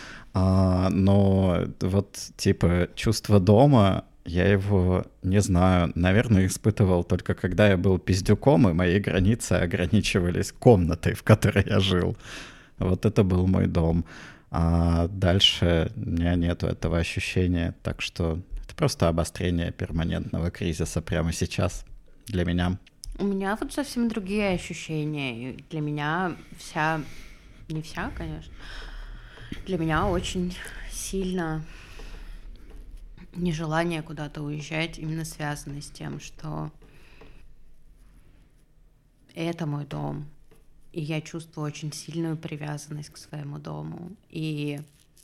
Но вот, типа, чувство дома, я его, не знаю, наверное, испытывал только когда я был пиздюком, и мои границы ограничивались комнатой, в которой я жил. Вот это был мой дом. А дальше у меня нету этого ощущения, так что это просто обострение перманентного кризиса прямо сейчас для меня. У меня вот совсем другие ощущения. И для меня не вся, конечно, для меня очень сильно нежелание куда-то уезжать именно связано с тем, что это мой дом, и я чувствую очень сильную привязанность к своему дому. И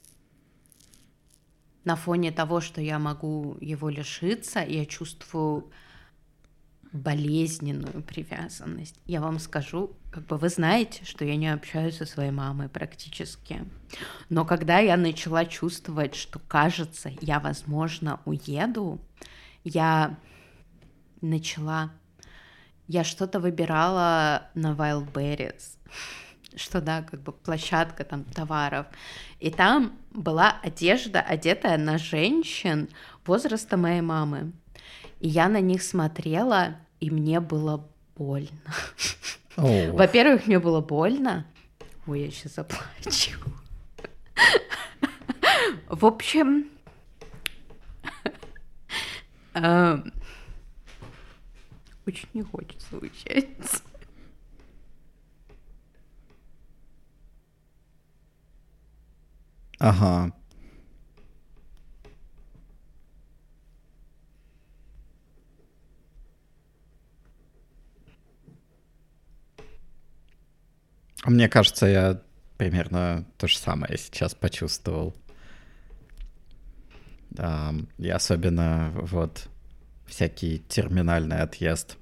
на фоне того, что я могу его лишиться, я чувствую болезненную привязанность. Я вам скажу, как бы вы знаете, что я не общаюсь со своей мамой практически. Но когда я начала чувствовать, что, кажется, я, возможно, уеду, я что-то выбирала на Wildberries, что, да, как бы площадка там товаров. И там была одежда, одетая на женщин возраста моей мамы. И я на них смотрела, и мне было больно. Во-первых, мне было больно. Ой, я сейчас заплачу. В общем, очень не хочется уезжать. Ага. Мне кажется, я примерно то же самое сейчас почувствовал. И особенно вот всякий терминальный отъезд.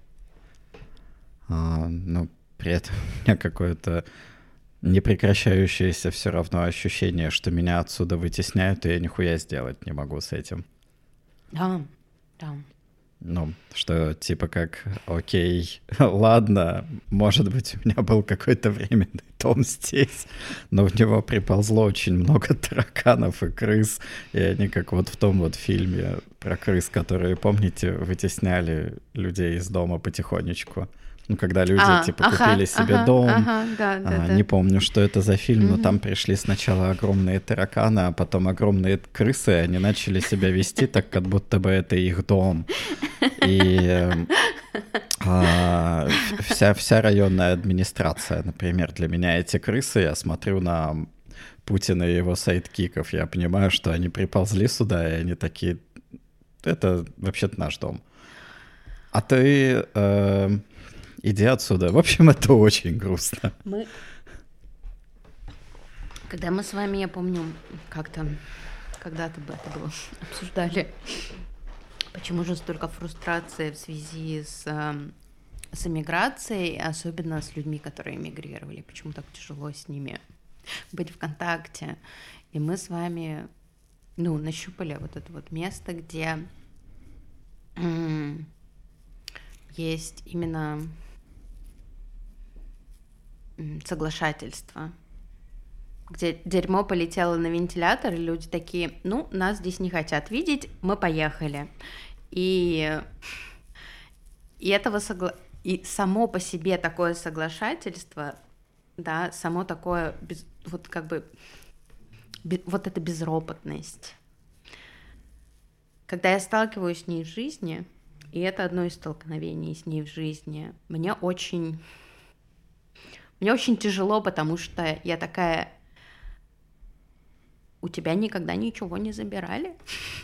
Но при этом у меня какое-то непрекращающееся все равно ощущение, что меня отсюда вытесняют, и я нихуя сделать не могу с этим. Да. Ну, что типа как, окей, ладно, может быть, у меня был какой-то временный дом здесь, но в него приползло очень много тараканов и крыс, и они как вот в том вот фильме про крыс, которые, помните, вытесняли людей из дома потихонечку. Ну, когда люди, купили себе дом, не помню, что это за фильм, но там пришли сначала огромные тараканы, а потом огромные крысы, и они начали себя вести так, как будто бы это их дом. И вся районная администрация, например, для меня эти крысы, я смотрю на Путина и его сайдкиков, я понимаю, что они приползли сюда, и они такие, это вообще-то наш дом. А ты... иди отсюда. В общем, это очень грустно. Когда мы с вами, я помню, когда-то это было, обсуждали, почему же столько фрустрации в связи с эмиграцией, особенно с людьми, которые эмигрировали, почему так тяжело с ними быть в контакте. И мы с вами, нащупали вот это вот место, где есть именно соглашательство, где дерьмо полетело на вентилятор, и люди такие, нас здесь не хотят видеть, мы поехали. И и само по себе такое соглашательство, да, само такое, вот эта безропотность. Когда я сталкиваюсь с ней в жизни, и это одно из столкновений с ней в жизни, мне очень тяжело, потому что я такая, у тебя никогда ничего не забирали?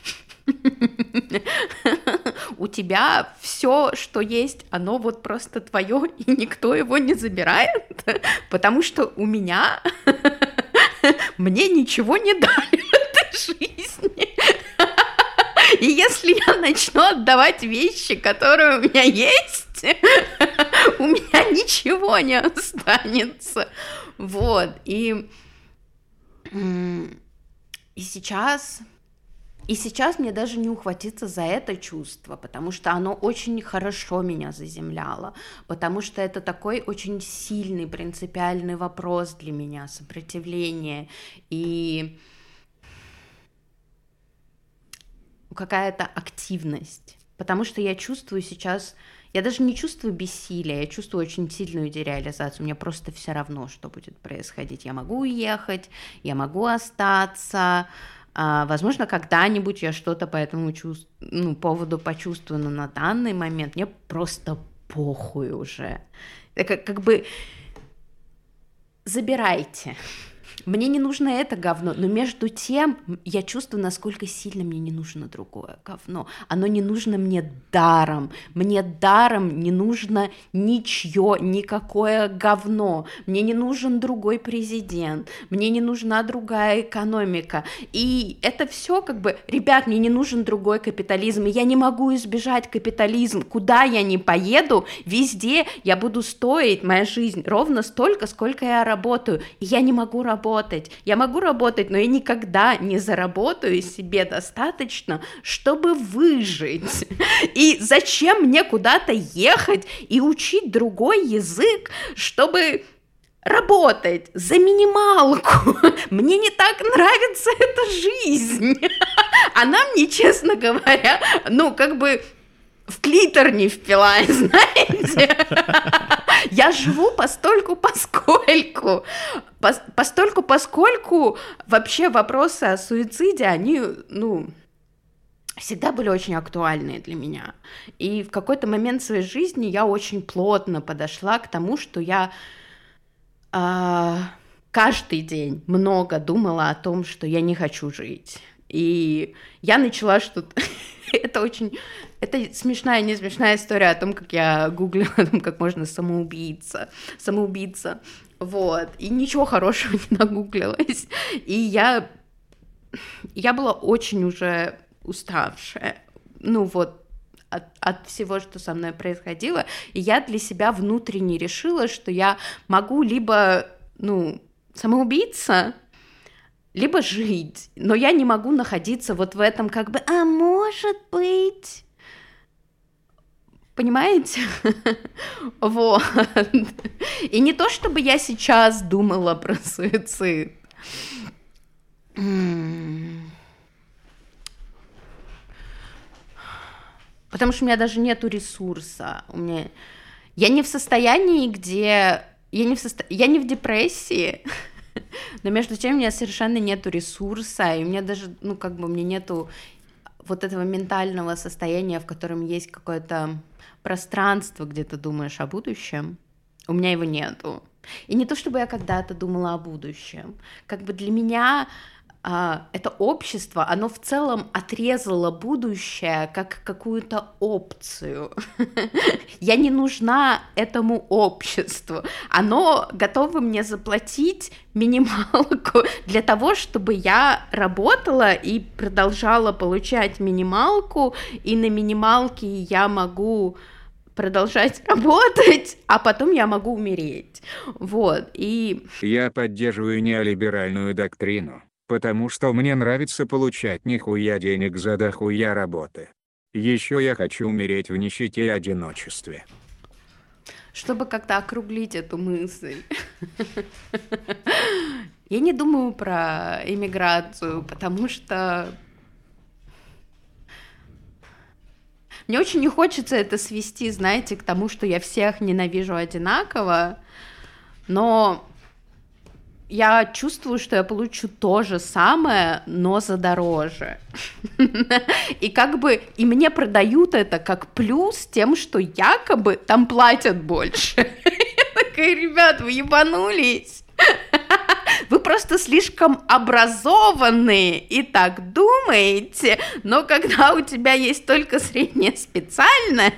У тебя все, что есть, оно вот просто твое, и никто его не забирает, потому что у меня мне ничего не дали в этой жизни. И если я начну отдавать вещи, которые у меня есть, у меня ничего не останется. Вот. И сейчас мне даже не ухватиться за это чувство, потому что оно очень хорошо меня заземляло, потому что это такой очень сильный, принципиальный вопрос для меня, сопротивление и какая-то активность, потому что я чувствую сейчас, я даже не чувствую бессилия, я чувствую очень сильную дереализацию, мне просто все равно, что будет происходить, я могу уехать, я могу остаться, возможно, когда-нибудь я что-то по этому поводу почувствую, но на данный момент мне просто похуй уже. Как бы забирайте. Мне не нужно это говно, но между тем я чувствую, насколько сильно мне не нужно другое говно. Оно не нужно мне даром. Мне даром не нужно ничье, никакое говно. Мне не нужен другой президент. Мне не нужна другая экономика. И это все как бы, ребят, мне не нужен другой капитализм. И я не могу избежать капитализм. Куда я ни поеду, везде я буду стоить, моя жизнь, ровно столько, сколько я работаю. И я не могу работать. Я могу работать, но я никогда не заработаю себе достаточно, чтобы выжить. И зачем мне куда-то ехать и учить другой язык, чтобы работать за минималку? Мне не так нравится эта жизнь. Она мне, честно говоря, в клитор не впилась, знаете. Я живу поскольку вообще вопросы о суициде, они, всегда были очень актуальны для меня. И в какой-то момент своей жизни я очень плотно подошла к тому, что я каждый день много думала о том, что я не хочу жить. И я начала что-то... Это смешная, не смешная история о том, как я гуглила, о том, как можно самоубийца. Вот. И ничего хорошего не нагуглилась. И я была очень уже уставшая. От всего, что со мной происходило. И я для себя внутренне решила, что я могу либо, самоубийца, либо жить, но я не могу находиться вот в этом может быть, понимаете? Вот. И не то, чтобы я сейчас думала про суицид. Потому что у меня даже нету ресурса. Я не в состоянии, я не в депрессии, но между тем у меня совершенно нету ресурса, и у меня даже, мне нету вот этого ментального состояния, в котором есть какое-то пространство, где ты думаешь о будущем. У меня его нету. И не то, чтобы я когда-то думала о будущем. Для меня это общество, оно в целом отрезало будущее как какую-то опцию. Я не нужна этому обществу. Оно готово мне заплатить минималку для того, чтобы я работала и продолжала получать минималку, и на минималке я могу продолжать работать, а потом я могу умереть. Вот, и... Я поддерживаю неолиберальную доктрину, потому что мне нравится получать нихуя денег за дохуя работы. Еще я хочу умереть в нищете и одиночестве. Чтобы как-то округлить эту мысль. Я не думаю про эмиграцию, потому что мне очень не хочется это свести, знаете, к тому, что я всех ненавижу одинаково, но я чувствую, что я получу то же самое, но за дороже. И и мне продают это как плюс тем, что якобы там платят больше. Я такая, ребят, вы ебанулись? Вы просто слишком образованные и так думаете, но когда у тебя есть только среднее специальное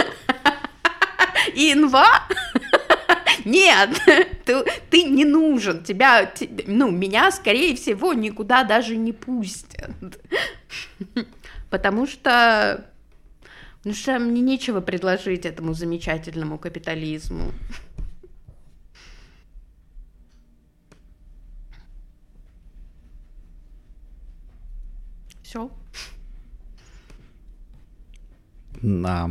и инва... Нет, ты не нужен, меня, скорее всего, никуда даже не пустят. Потому что мне нечего предложить этому замечательному капитализму. Все. Я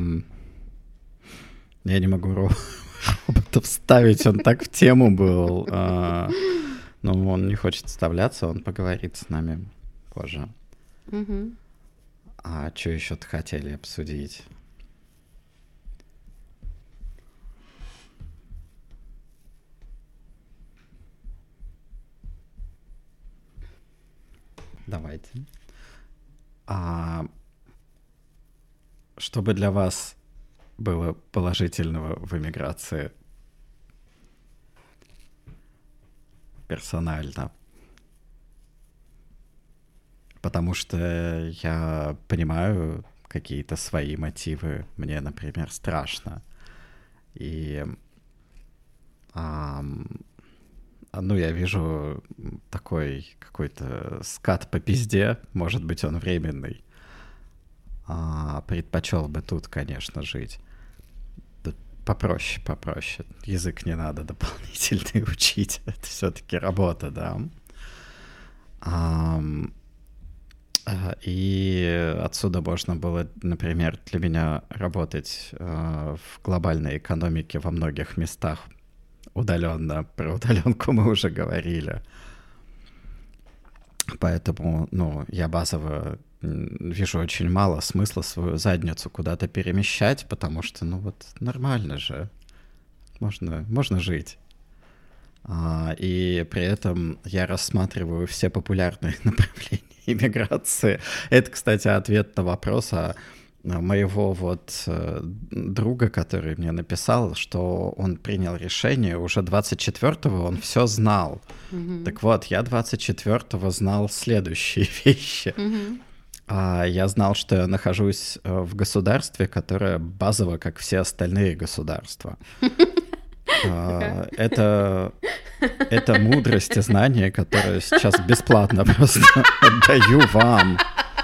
не могу робота вставить, он так в тему был. Но он не хочет вставляться, он поговорит с нами позже. Угу. А что еще-то хотели обсудить? Давайте. Что бы для вас было положительного в эмиграции? Персонально. Потому что я понимаю какие-то свои мотивы. Мне, например, страшно. И я вижу такой какой-то скат по пизде. Может быть, он временный. Предпочел бы тут, конечно, жить. Попроще. Язык не надо дополнительный учить. Это все-таки работа, да. И отсюда можно было, например, для меня работать в глобальной экономике во многих местах удаленно. Про удаленку мы уже говорили. Поэтому, я базово вижу очень мало смысла свою задницу куда-то перемещать, потому что, нормально же. Можно жить. И при этом я рассматриваю все популярные направления иммиграции. Это, кстати, ответ на вопрос моего друга, который мне написал, что он принял решение, уже 24-го он все знал. Mm-hmm. Так вот, я 24-го знал следующие вещи. Mm-hmm. Я знал, что я нахожусь в государстве, которое базово, как все остальные государства. Это мудрость и знание, которое сейчас бесплатно просто отдаю вам.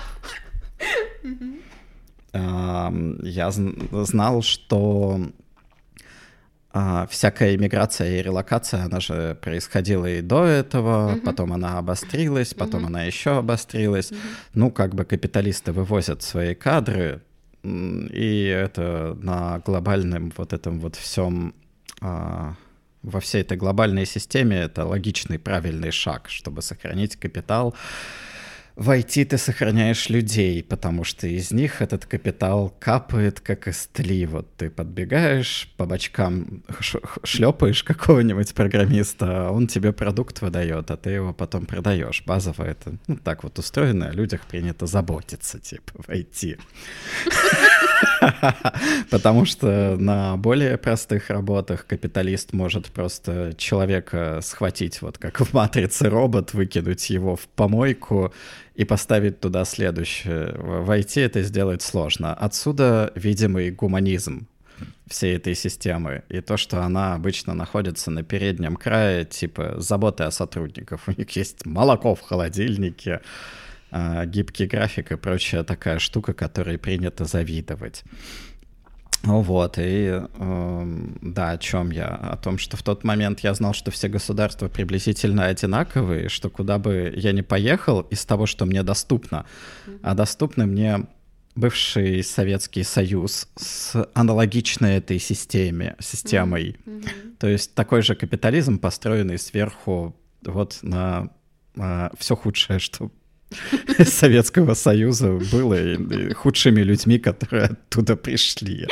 Я знал, что всякая иммиграция и релокация, она же происходила и до этого, потом она обострилась, потом она еще обострилась. Капиталисты вывозят свои кадры, и это на глобальном этом всем... во всей этой глобальной системе это логичный, правильный шаг, чтобы сохранить капитал. В IT ты сохраняешь людей, потому что из них этот капитал капает, как из тли. Ты подбегаешь, по бочкам шлепаешь какого-нибудь программиста, он тебе продукт выдает, а ты его потом продаешь. Базово это так устроено, о людях принято заботиться, в IT. Потому что на более простых работах капиталист может просто человека схватить, как в «Матрице» робот, выкинуть его в помойку и поставить туда следующее. В IT это сделать сложно. Отсюда видимый гуманизм всей этой системы. И то, что она обычно находится на переднем крае, заботы о сотрудниках. У них есть молоко в холодильнике, гибкий график и прочая такая штука, которой принято завидовать. О чем я? О том, что в тот момент я знал, что все государства приблизительно одинаковые, что куда бы я ни поехал из того, что мне доступно, а доступно мне бывший Советский Союз с аналогичной этой системой. То есть такой же капитализм, построенный сверху на все худшее, что из Советского Союза было, и худшими людьми, которые оттуда пришли.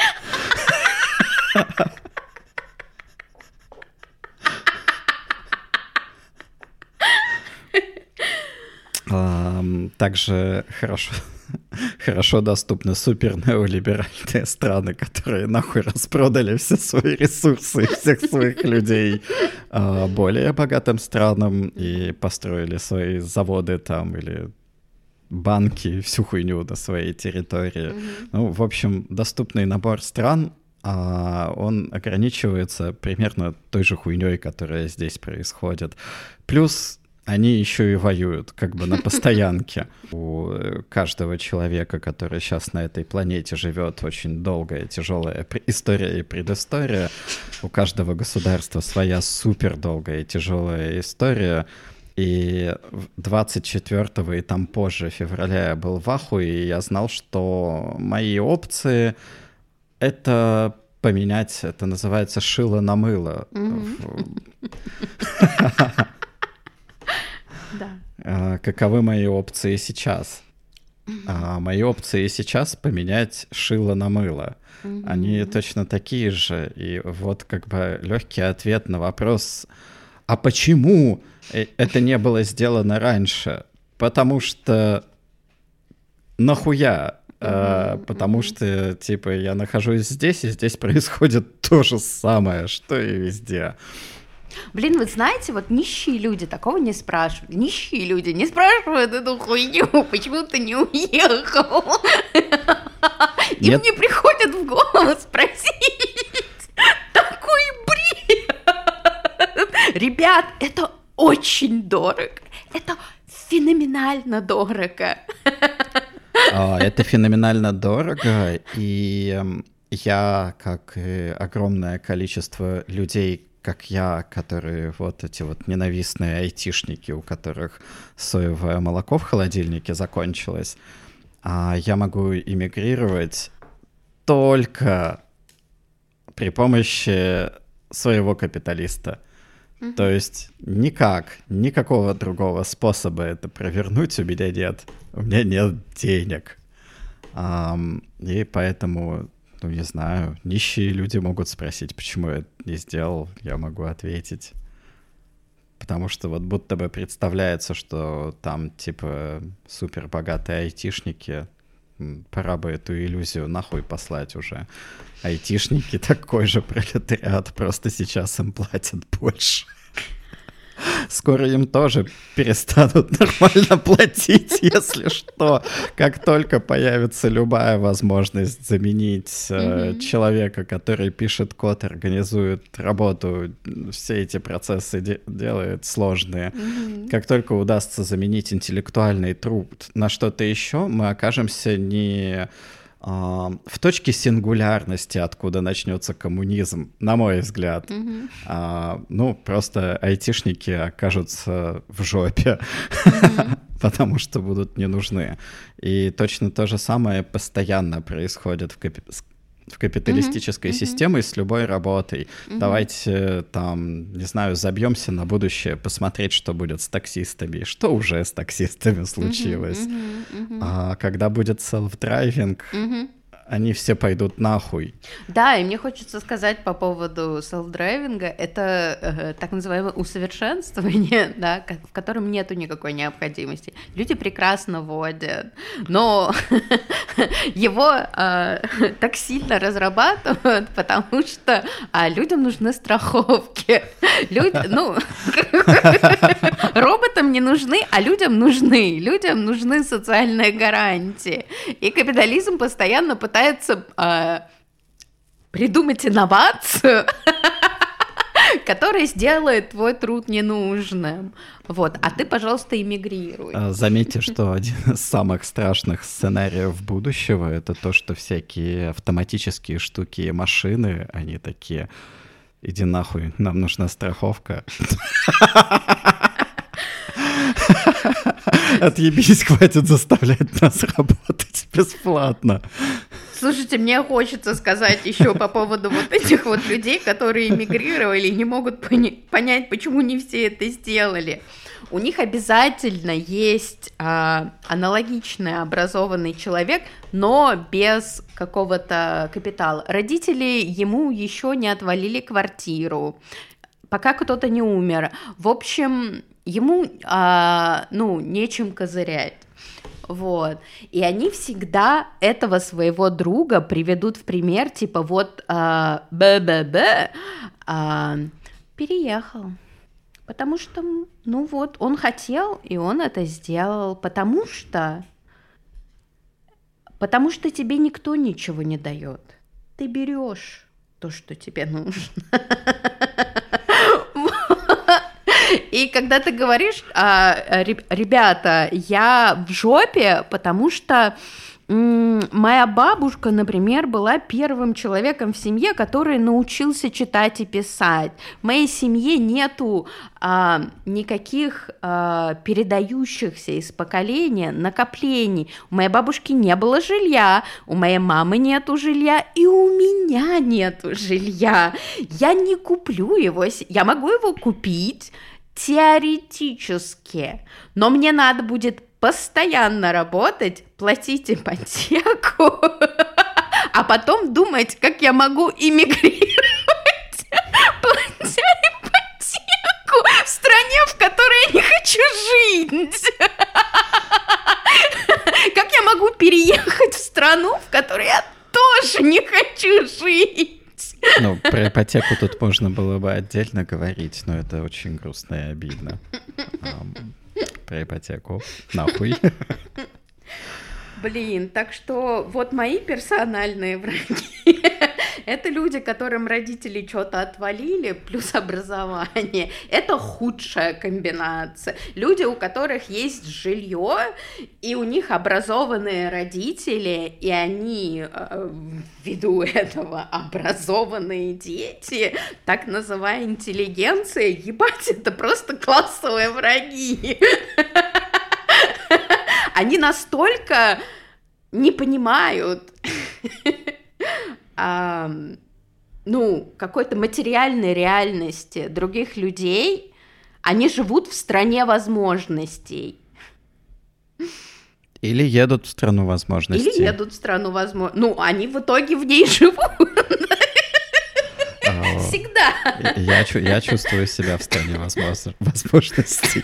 Также хорошо доступны супернеолиберальные страны, которые нахуй распродали все свои ресурсы и всех своих людей более богатым странам и построили свои заводы там или банки, всю хуйню на своей территории. В общем, доступный набор стран, он ограничивается примерно той же хуйней, которая здесь происходит. Плюс они еще и воюют, как бы на постоянке. У каждого человека, который сейчас на этой планете живет, очень долгая, тяжелая история и предыстория. У каждого государства своя супер долгая и тяжелая история. И 24 и там позже февраля я был в ахуе, и я знал, что мои опции — это поменять, это называется шило на мыло. Каковы мои опции сейчас? Мои опции сейчас поменять шило на мыло. Они точно такие же. И вот как бы легкий ответ на вопрос, а почему это не было сделано раньше? Потому что нахуя? Потому что, типа, я нахожусь здесь, и здесь происходит то же самое, что и везде. Блин, вы знаете, вот нищие люди такого не спрашивают. Нищие люди не спрашивают эту хуйню, почему ты не уехал. Им не приходит в голову спросить такой бред. Ребят, это очень дорого. Это феноменально дорого. Это феноменально дорого, и я, как и огромное количество людей, как я, которые вот эти вот ненавистные айтишники, у которых соевое молоко в холодильнике закончилось, я могу эмигрировать только при помощи своего капиталиста. То есть никакого другого способа это провернуть у меня нет. У меня нет денег. И поэтому, ну, не знаю, нищие люди могут спросить, почему я это не сделал. Я могу ответить. Потому что вот будто бы представляется, что там, типа, супербогатые айтишники, пора бы эту иллюзию нахуй послать уже. Айтишники такой же пролетариат, просто сейчас им платят больше. Скоро им тоже перестанут нормально платить, если что. Как только появится любая возможность заменить человека, который пишет код, организует работу, все эти процессы делает сложные. Как только удастся заменить интеллектуальный труд на что-то еще, мы окажемся не в точке сингулярности, откуда начнется коммунизм, на мой взгляд. Ну, просто айтишники окажутся в жопе, потому что будут не нужны. И точно то же самое постоянно происходит в капиталистической системе с любой работой. Давайте там, не знаю, забьемся на будущее, посмотреть, что будет с таксистами, что уже с таксистами случилось. А когда будет селф-драйвинг, они все пойдут нахуй. Да, и мне хочется сказать по поводу селф-драйвинга, это так называемое усовершенствование, да, в котором нету никакой необходимости. Люди прекрасно водят, но его так сильно разрабатывают, потому что людям нужны страховки. Роботам не нужны, а людям нужны. Людям нужны социальные гарантии. И капитализм постоянно пытается придумать инновацию, которая сделает твой труд ненужным. Вот. А ты, пожалуйста, эмигрируй. Заметьте, что один из самых страшных сценариев будущего — это то, что всякие автоматические штуки и машины, они такие: иди нахуй, нам нужна страховка. Отъебись, хватит заставлять нас работать бесплатно. Слушайте, мне хочется сказать еще по поводу вот этих вот людей, которые эмигрировали и не могут понять, почему не все это сделали. У них обязательно есть аналогичный образованный человек, но без какого-то капитала. Родители ему еще не отвалили квартиру, пока кто-то не умер. В общем, ему, нечем козырять. Вот. И они всегда этого своего друга приведут в пример, типа, вот переехал. Потому что, он хотел, и он это сделал. Потому что тебе никто ничего не дает. Ты берешь то, что тебе нужно. И когда ты говоришь, ребята, я в жопе, потому что моя бабушка, например, была первым человеком в семье, который научился читать и писать. В моей семье нету никаких передающихся из поколения накоплений. У моей бабушки не было жилья, у моей мамы нету жилья, и у меня нету жилья. Я не куплю его, я могу его купить теоретически, но мне надо будет постоянно работать, платить ипотеку, а потом думать, как я могу эмигрировать, платя ипотеку в стране, в которой я не хочу жить. Как я могу переехать в страну, в которой я тоже не хочу жить? Ну, про ипотеку тут можно было бы отдельно говорить, но это очень грустно и обидно. Про ипотеку. Нахуй. Блин, так что вот мои персональные враги — это люди, которым родители что-то отвалили, плюс образование. Это худшая комбинация. Люди, у которых есть жилье, и у них образованные родители, и они ввиду этого образованные дети, так называемая интеллигенция, ебать, это просто классовые враги. Они настолько не понимают какой-то материальной реальности других людей. Они живут в стране возможностей. Или едут в страну возможностей. Или едут в страну возможностей. Ну, они в итоге в ней живут. Всегда. Я чувствую себя в стране возможностей.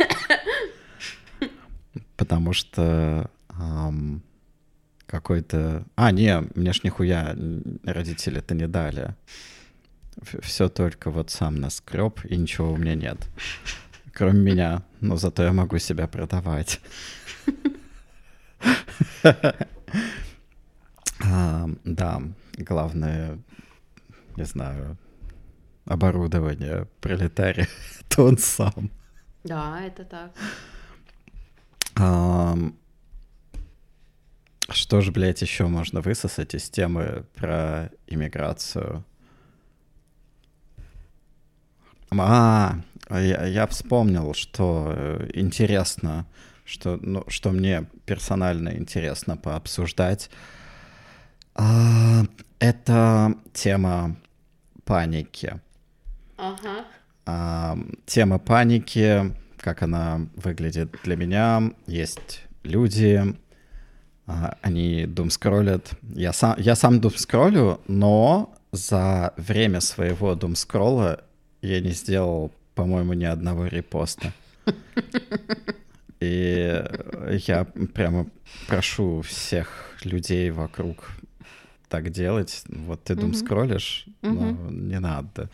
Потому что какой-то... мне ж нихуя родители-то не дали. Все только вот сам наскреб, и ничего у меня нет. Кроме меня. Но зато я могу себя продавать. Да, главное, не знаю, оборудование пролетария, то он сам. Да, это так. Что ж, блядь, еще можно высосать из темы про иммиграцию? Я вспомнил, что интересно, что мне персонально интересно пообсуждать. Это тема паники. Ага. Тема паники, как она выглядит для меня. Есть люди, они думскроллят. Я сам думскроллю, но за время своего думскролла я не сделал, по-моему, ни одного репоста. И я прямо прошу всех людей вокруг так делать. Вот ты думскроллишь, но не надо.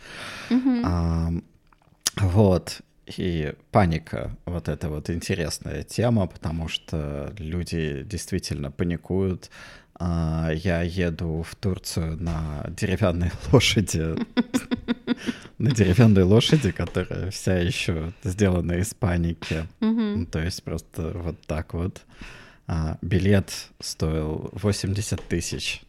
Вот. И паника, вот это вот интересная тема, потому что люди действительно паникуют. Я еду в Турцию на деревянной лошади, которая вся еще сделана из паники. То есть просто вот так вот. Билет стоил 80 тысяч.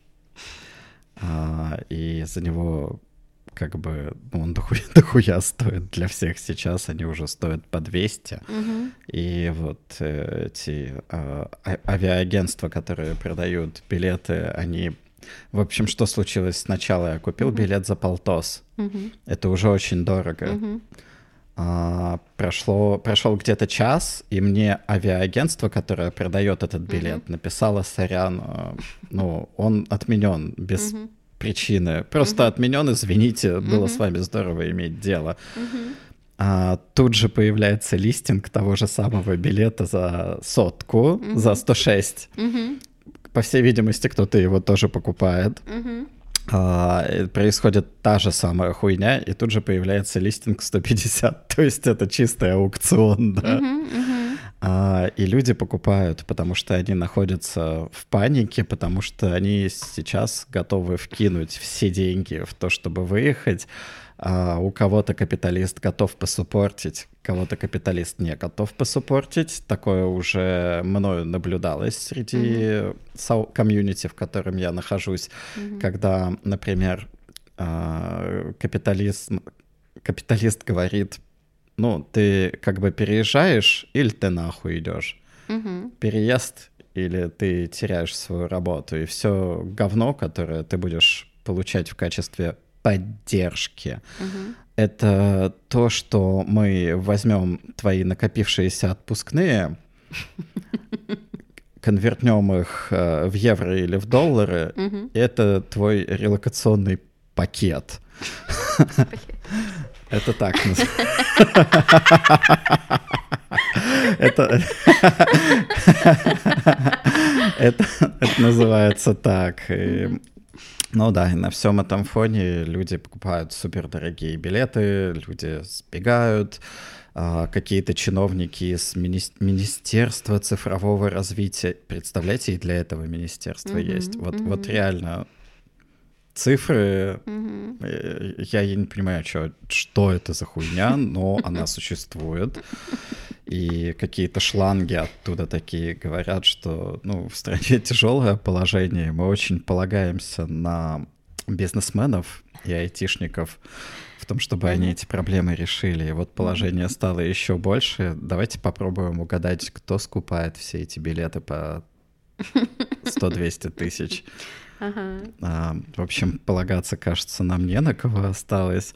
И за него как бы он дохуя стоит для всех сейчас, они уже стоят по 200. И вот эти авиаагентства, которые продают билеты, они... В общем, что случилось? Сначала я купил билет за полтос. Это уже очень дорого. Прошел где-то час, и мне авиаагентство, которое продает этот билет, написало: сорян, он отменен без причины. Просто отменен, извините, было с вами здорово иметь дело. Тут же появляется листинг того же самого билета за 100, за 106. По всей видимости, кто-то его тоже покупает. Происходит та же самая хуйня, и тут же появляется листинг 150. То есть это чистый аукцион, да. И люди покупают, потому что они находятся в панике, потому что они сейчас готовы вкинуть все деньги в то, чтобы выехать. у кого-то капиталист готов посуппортить, кого-то капиталист не готов посуппортить. Такое уже мною наблюдалось среди комьюнити, в котором я нахожусь, когда, например, капиталист говорит, ну, ты как бы переезжаешь или ты нахуй идешь. Переезд или ты теряешь свою работу. И все говно, которое ты будешь получать в качестве поддержки, это то, что мы возьмем твои накопившиеся отпускные, конвертнем их в евро или в доллары, и это твой релокационный пакет. Это так это называется так. Ну да, и на всем этом фоне люди покупают супердорогие билеты, люди сбегают, какие-то чиновники из Министерства цифрового развития, представляете, и для этого министерства есть. Вот реально цифры, я не понимаю, что это за хуйня, но она существует. И какие-то шланги оттуда такие говорят, что в стране тяжелое положение, мы очень полагаемся на бизнесменов и айтишников в том, чтобы они эти проблемы решили. И вот положение стало еще больше. Давайте попробуем угадать, кто скупает все эти билеты по 100-200 тысяч. В общем, полагаться, кажется, нам не на кого осталось.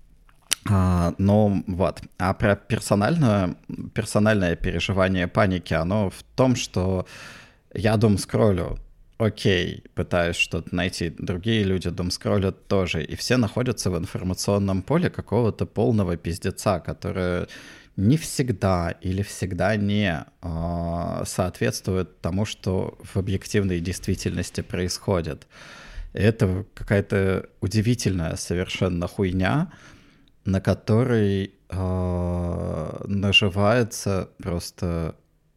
Но вот. А про персональное переживание паники, оно в том, что я думскроллю, окей, пытаюсь что-то найти, другие люди думскроллят тоже, и все находятся в информационном поле какого-то полного пиздеца, которое не всегда или всегда не соответствует тому, что в объективной действительности происходит. И это какая-то удивительная совершенно хуйня, на которой наживается просто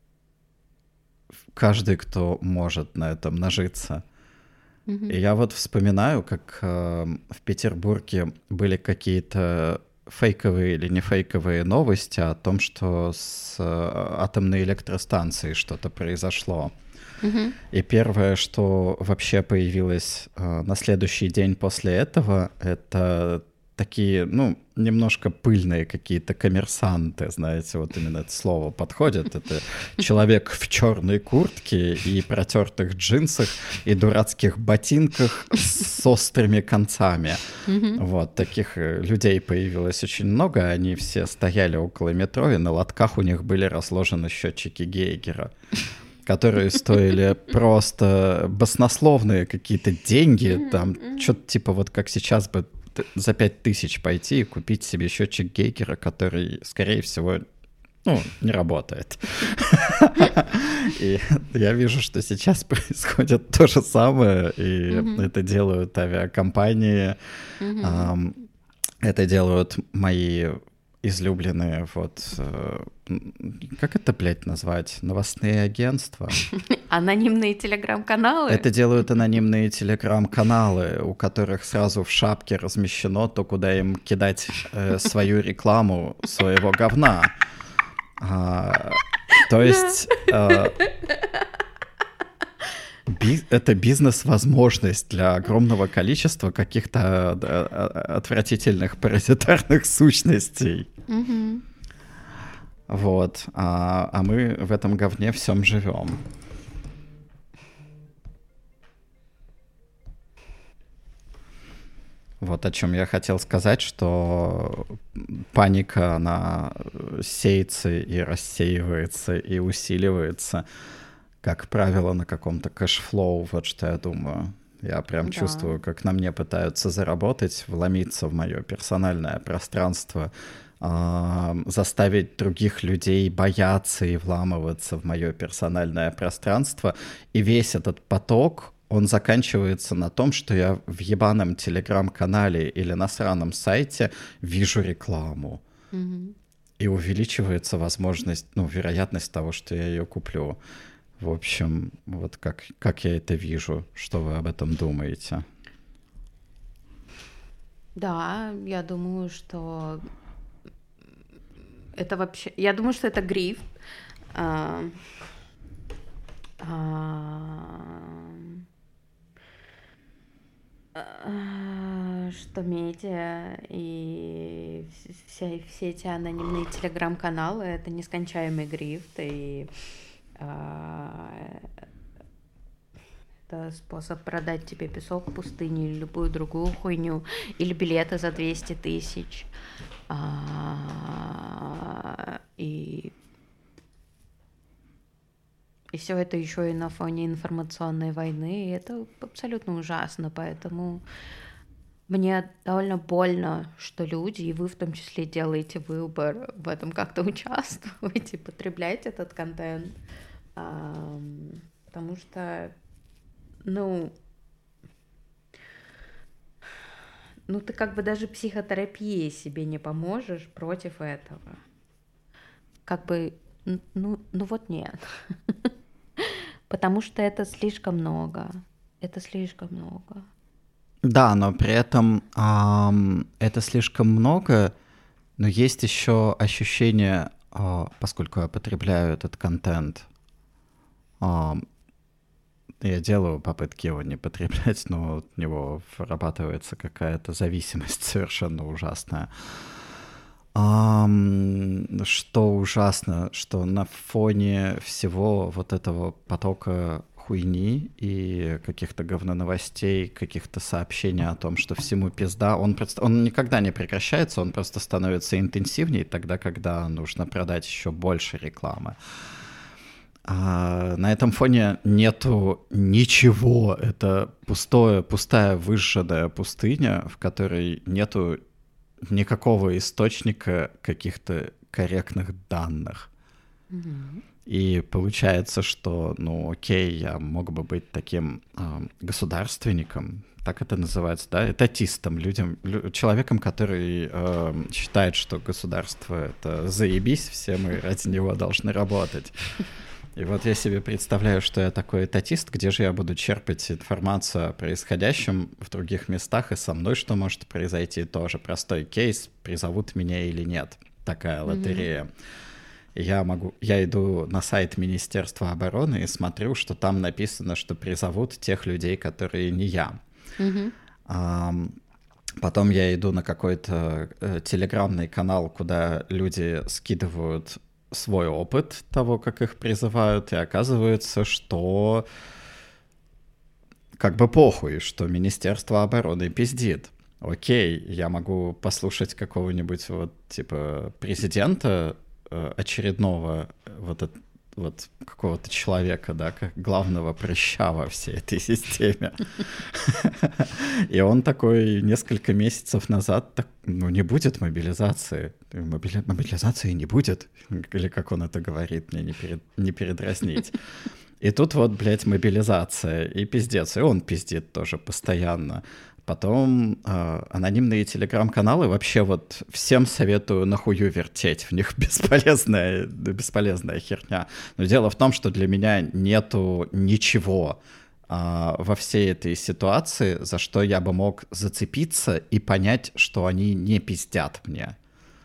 каждый, кто может на этом нажиться. И я вот вспоминаю, как в Петербурге были какие-то фейковые или не фейковые новости о том, что с атомной электростанцией что-то произошло. И первое, что вообще появилось на следующий день после этого, это такие, немножко пыльные какие-то коммерсанты, знаете, вот именно это слово подходит. Это человек в черной куртке и протертых джинсах и дурацких ботинках с острыми концами. Вот, таких людей появилось очень много, они все стояли около метро, и на лотках у них были разложены счетчики Гейгера, которые стоили просто баснословные какие-то деньги, там что-то типа вот как сейчас бы за 5000 пойти и купить себе счетчик Гейгера, который, скорее всего, не работает. И я вижу, что сейчас происходит то же самое, и это делают авиакомпании, это делают мои излюбленные, как это, блядь, назвать? Новостные агентства? Анонимные телеграм-каналы? Это делают анонимные телеграм-каналы, у которых сразу в шапке размещено то, куда им кидать свою рекламу своего говна. То есть это бизнес-возможность для огромного количества каких-то отвратительных паразитарных сущностей. Вот. А мы в этом говне всем живем. Вот о чем я хотел сказать, что паника, она сеется и рассеивается, и усиливается, как правило, на каком-то кэшфлоу, вот что я думаю. Я прям чувствую, как на мне пытаются заработать, вломиться в мое персональное пространство, заставить других людей бояться и вламываться в мое персональное пространство. И весь этот поток, он заканчивается на том, что я в ебаном телеграм-канале или на сраном сайте вижу рекламу. И увеличивается возможность, вероятность того, что я ее куплю. В общем, вот как я это вижу. Что вы об этом думаете? Да, я думаю, что это вообще... Я думаю, что это грифт. А, что медиа и все эти анонимные телеграм-каналы — это нескончаемый грифт, и это способ продать тебе песок в пустыне или любую другую хуйню, или билеты за 200 тысяч. И все это еще и на фоне информационной войны, и это абсолютно ужасно, поэтому мне довольно больно, что люди, и вы в том числе, делаете выбор в этом, как-то участвуете, потребляете этот контент, потому что, ты как бы даже психотерапией себе не поможешь против этого. Как бы, вот нет. Потому что это слишком много. Это слишком много. Да, но при этом это слишком много, но есть еще ощущение, поскольку я потребляю этот контент, я делаю попытки его не потреблять, но от него вырабатывается какая-то зависимость совершенно ужасная. Что ужасно, что на фоне всего вот этого потока хуйни и каких-то говноновостей, каких-то сообщений о том, что всему пизда, он никогда не прекращается, он просто становится интенсивнее тогда, когда нужно продать еще больше рекламы. На этом фоне нету ничего, это пустая выжженная пустыня, в которой нету никакого источника каких-то корректных данных. Mm-hmm. И получается, что, окей, я мог бы быть таким государственником, так это называется, да, этатистом, человеком, который считает, что государство — это заебись, все мы ради него должны работать. И вот я себе представляю, что я такой этатист, где же я буду черпать информацию о происходящем в других местах, и со мной что может произойти, тоже простой кейс, призовут меня или нет, такая лотерея. И я иду на сайт Министерства обороны и смотрю, что там написано, что призовут тех людей, которые не я. Потом я иду на какой-то телеграмный канал, куда люди скидывают свой опыт того, как их призывают, и оказывается, что как бы похуй, что Министерство обороны пиздит. Окей, я могу послушать какого-нибудь президента очередного какого-то человека, да, как главного прыща во всей этой системе. И он такой несколько месяцев назад, не будет мобилизации. Мобилизации не будет. Или как он это говорит, мне не передразнить. И тут мобилизация, и пиздец. И он пиздит тоже постоянно. Потом анонимные телеграм-каналы вообще всем советую нахую вертеть. В них бесполезная херня. Но дело в том, что для меня нету ничего во всей этой ситуации, за что я бы мог зацепиться и понять, что они не пиздят мне.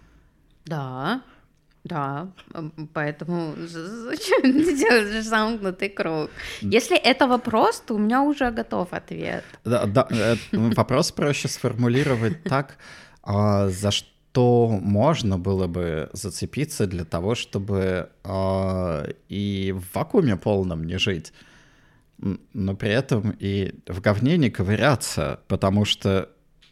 Да, поэтому зачем ты делаешь замкнутый круг? Если это вопрос, то у меня уже готов ответ. Да, вопрос проще сформулировать так, за что можно было бы зацепиться для того, чтобы и в вакууме полном не жить, но при этом и в говне не ковыряться, потому что,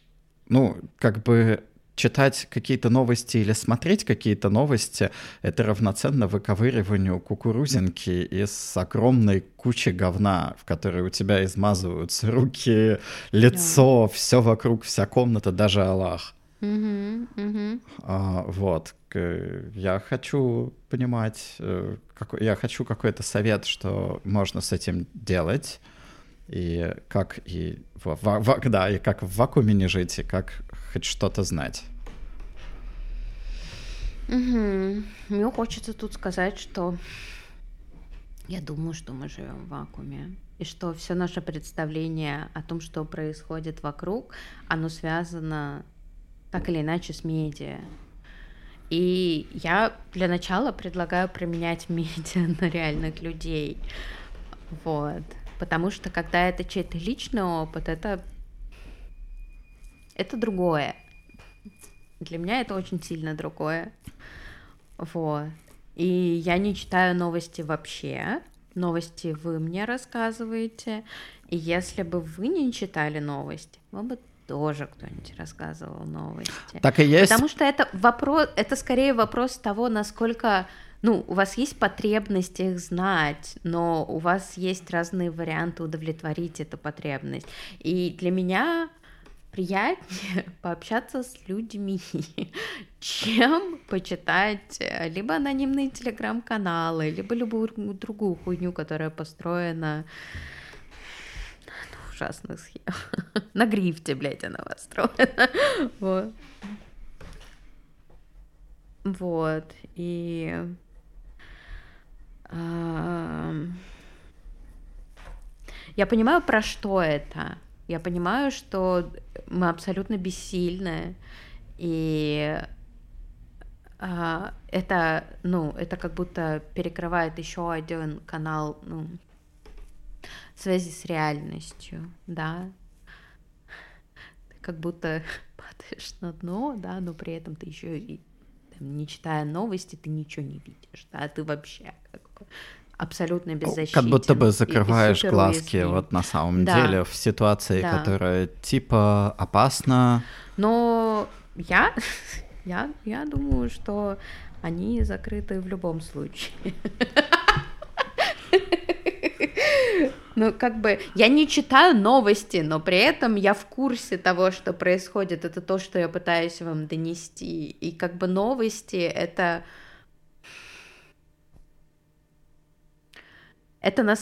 читать какие-то новости или смотреть какие-то новости — это равноценно выковыриванию кукурузинки из огромной кучи говна, в которой у тебя измазываются руки, лицо, все вокруг, вся комната, даже Аллах. Я хочу понимать, я хочу какой-то совет, что можно с этим делать, и как как в вакууме не жить, и как хоть что-то знать. Мне хочется тут сказать, что Я думаю, что мы живем в вакууме. И что все наше представление о том, что происходит вокруг, оно связано так или иначе с медиа. И я для начала предлагаю променять медиа на реальных людей. Вот. Потому что когда это чей-то личный опыт, это другое. Для меня это очень сильно другое. Вот. И я не читаю новости вообще. Новости вы мне рассказываете. И если бы вы не читали новости, вам бы тоже кто-нибудь рассказывал новости. Так и есть. Потому что это скорее вопрос того, насколько... у вас есть потребность их знать, но у вас есть разные варианты удовлетворить эту потребность. И для меня приятнее пообщаться с людьми, чем почитать либо анонимные телеграм-каналы, либо любую другую хуйню, которая построена на ужасных схемах. На грифте, блядь, она построена. Вот. И... я понимаю, про что это. Я понимаю, что мы абсолютно бессильны, и это как будто перекрывает еще один канал связи с реальностью, да. Ты как будто падаешь на дно, да, но при этом ты еще и не читая новости, ты ничего не видишь, да, ты вообще абсолютно беззащитен. Как будто бы закрываешь и глазки вот на самом деле в ситуации, которая типа опасна. Но я думаю, что они закрыты в любом случае. Я не читаю новости, но при этом я в курсе того, что происходит. Это то, что я пытаюсь вам донести. И новости — это нас...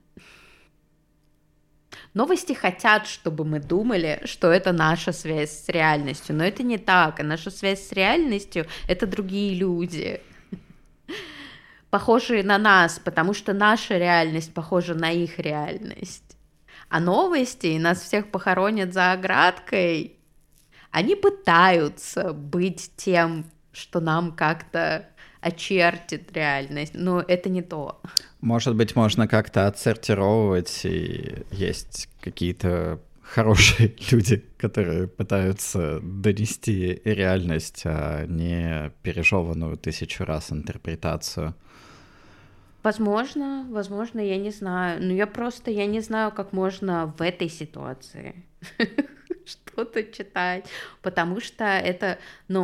Новости хотят, чтобы мы думали, что это наша связь с реальностью, но это не так. А наша связь с реальностью — это другие люди, похожие на нас, потому что наша реальность похожа на их реальность. А новости, и нас всех похоронят за оградкой, они пытаются быть тем, что нам как-то очертит реальность, но это не то. Может быть, можно как-то отсортировать, и есть какие-то хорошие люди, которые пытаются донести реальность, а не пережеванную 1000 раз интерпретацию. Возможно, я не знаю. Но я не знаю, как можно в этой ситуации что-то читать, потому что это,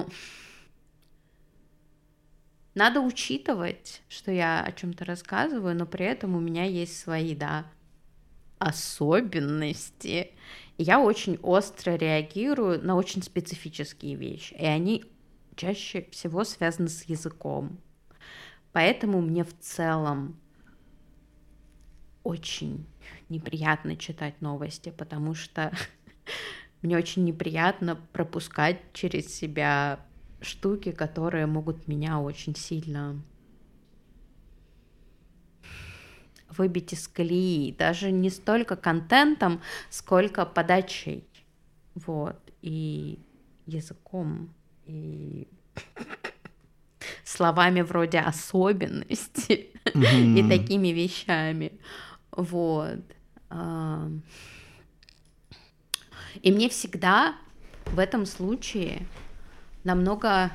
надо учитывать, что я о чем-то рассказываю, но при этом у меня есть свои, особенности. И я очень остро реагирую на очень специфические вещи, и они чаще всего связаны с языком. Поэтому мне в целом очень неприятно читать новости, потому что мне очень неприятно пропускать через себя штуки, которые могут меня очень сильно выбить из колеи. Даже не столько контентом, сколько подачей. Вот. И языком, и словами вроде особенности и такими вещами. Вот. И мне всегда в этом случае намного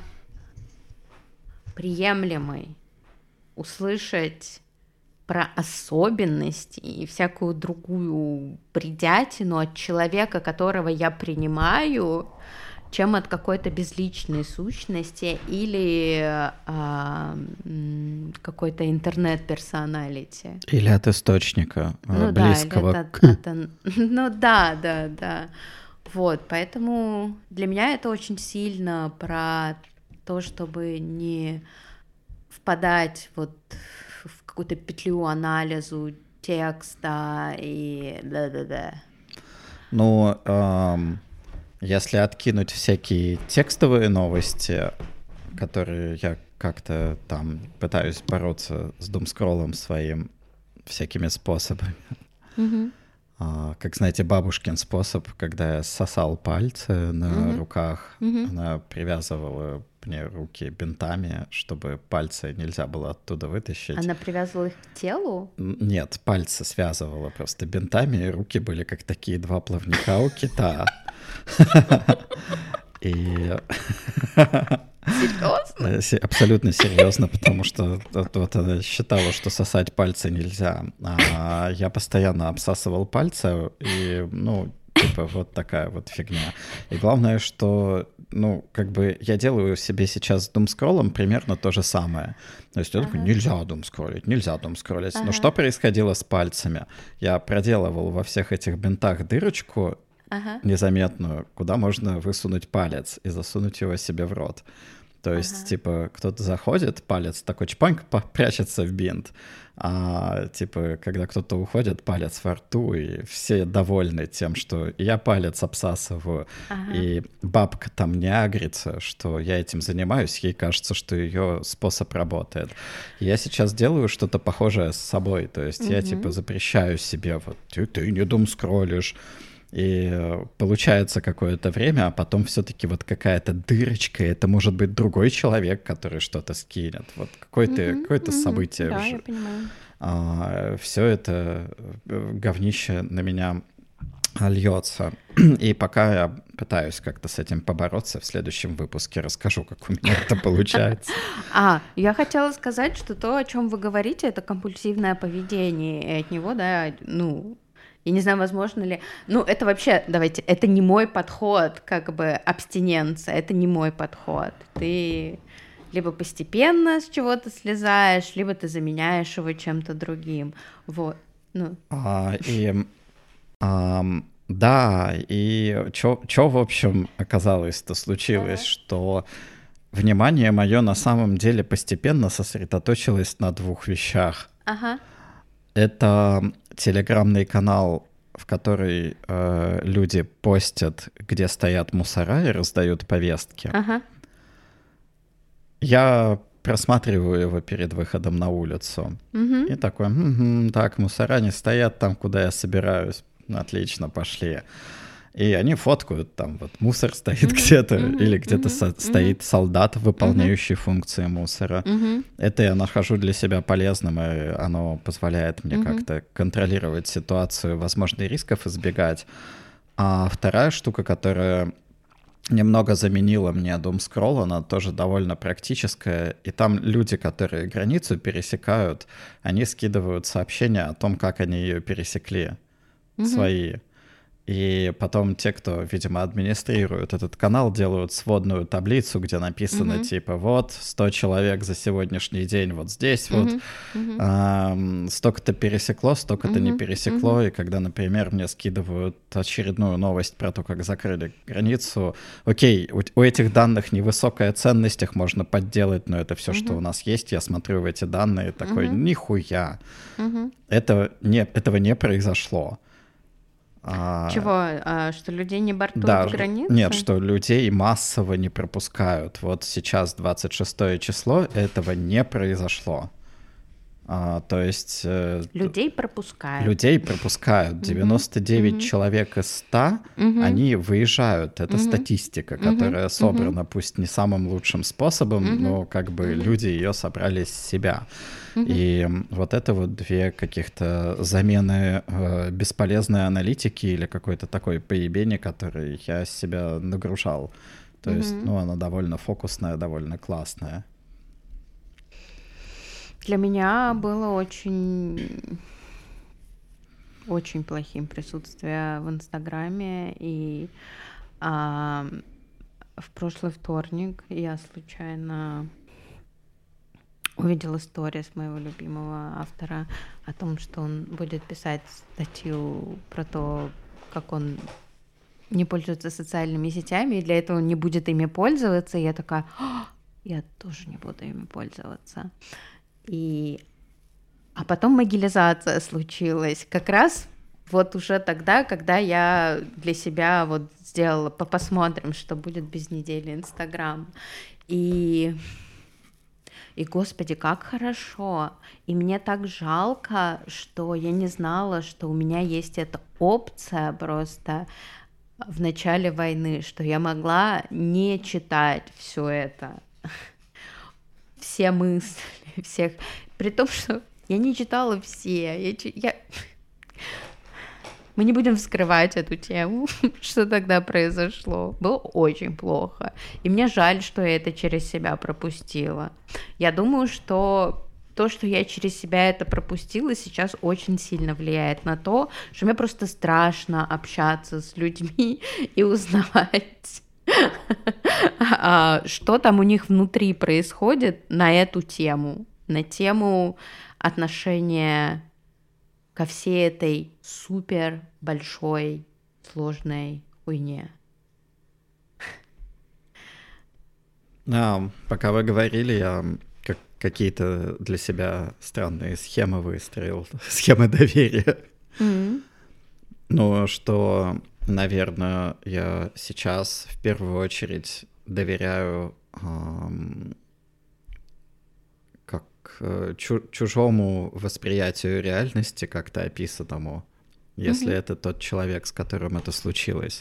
приемлемой услышать про особенности и всякую другую бредятину от человека, которого я принимаю, чем от какой-то безличной сущности или какой-то интернет-персоналити. Или от источника близкого. Да. Вот, поэтому для меня это очень сильно про то, чтобы не впадать вот в какую-то петлю анализу текста и да-да-да. Ну, если откинуть всякие текстовые новости, которые я как-то там пытаюсь бороться с думскроллом своим, всякими способами. Мгм. Как знаете, бабушкин способ, когда я сосал пальцы на руках, Мгм. она привязывала мне руки бинтами, чтобы пальцы нельзя было оттуда вытащить. Она привязывала их к телу? Нет, пальцы связывала просто бинтами, и руки были как такие два плавника у кита. И Серьезно? абсолютно серьезно, потому что вот она считала, что сосать пальцы нельзя. А я постоянно обсасывал пальцы, и, ну, типа, вот такая вот фигня. И главное, что, ну, как бы я делаю себе сейчас с думскроллом примерно то же самое. То есть я такой, нельзя думскроллить, нельзя думскроллить. Но что происходило с пальцами? Я проделывал во всех этих бинтах дырочку незаметную, куда можно высунуть палец и засунуть его себе в рот. То есть, типа, кто-то заходит, палец такой чпаньк прячется в бинт, а, типа, когда кто-то уходит, палец во рту, и все довольны тем, что я палец обсасываю, и бабка там не агрится, что я этим занимаюсь, ей кажется, что ее способ работает. Я сейчас делаю что-то похожее с собой, то есть я, типа, запрещаю себе, вот, ты не думскроллишь. И получается какое-то время, а потом все-таки вот какая-то дырочка, это может быть другой человек, который что-то скинет. Вот какое-то событие. Да, я понимаю. Все это говнище на меня льется. И пока я пытаюсь как-то с этим побороться, в следующем выпуске расскажу, как у меня это получается. Я хотела сказать, что то, о чем вы говорите, это компульсивное поведение, и от него, да, ну... Я не знаю, возможно ли... Ну, это вообще, давайте, это не мой подход, как бы абстиненция, это не мой подход. Ты либо постепенно с чего-то слезаешь, либо ты заменяешь его чем-то другим. Вот. Ну. Да, и что, в общем, оказалось-то случилось, что внимание мое на самом деле постепенно сосредоточилось на двух вещах. Это телеграмный канал, в который люди постят, где стоят мусора и раздают повестки. Я просматриваю его перед выходом на улицу. И такой, так, мусора не стоят там, куда я собираюсь. Отлично, пошли. И они фоткают, там вот мусор стоит где-то, или где-то стоит солдат, выполняющий функции мусора. Это я нахожу для себя полезным, и оно позволяет мне как-то контролировать ситуацию, возможно, рисков избегать. А вторая штука, которая немного заменила мне думскролл, она тоже довольно практическая, и там люди, которые границу пересекают, они скидывают сообщения о том, как они ее пересекли, свои. И потом те, кто, видимо, администрирует этот канал, делают сводную таблицу, где написано, типа, вот, 100 человек за сегодняшний день вот здесь вот, столько-то пересекло, столько-то не пересекло. И когда, например, мне скидывают очередную новость про то, как закрыли границу, окей, у этих данных невысокая ценность, их можно подделать, но это все, что у нас есть. Я смотрю в эти данные, такой, нихуя. Этого не произошло. Чего? Что людей не бортуют в границе? Нет, что людей массово не пропускают. Вот сейчас 26 число, этого не произошло. То есть... Людей пропускают. Людей пропускают. 99 человек из 100, они выезжают. Это статистика, которая собрана, пусть не самым лучшим способом, но как бы люди ее собрали с себя. И вот это вот две каких-то замены бесполезной аналитики или какой-то такой поебени, который я с себя нагружал. То есть, ну, она довольно фокусная, довольно классная. Для меня было очень плохим присутствие в Инстаграме, и в прошлый вторник я случайно увидела сторис моего любимого автора о том, что он будет писать статью про то, как он не пользуется социальными сетями, и для этого он не будет ими пользоваться. И я такая, я тоже не буду ими пользоваться. А потом могилизация случилась. Как раз вот уже тогда, когда я для себя вот сделала, посмотрим, что будет без недели Инстаграм. И И, господи, как хорошо. И мне так жалко, что я не знала, что у меня есть эта опция просто в начале войны, что я могла не читать все это, все мысли, всех, при том, что я не читала все, мы не будем вскрывать эту тему, что тогда произошло. Было очень плохо. И мне жаль, что я это через себя пропустила. Я думаю, что то, что я через себя это пропустила, сейчас очень сильно влияет на то, что мне просто страшно общаться с людьми и узнавать, что там у них внутри происходит на эту тему, на тему отношения ко всей этой супер большой сложной хуйне. Пока вы говорили, я какие-то для себя странные схемы выстроил, схемы доверия. Ну, что, наверное, я сейчас в первую очередь доверяю чужому восприятию реальности, как-то описанному, если это тот человек, с которым это случилось.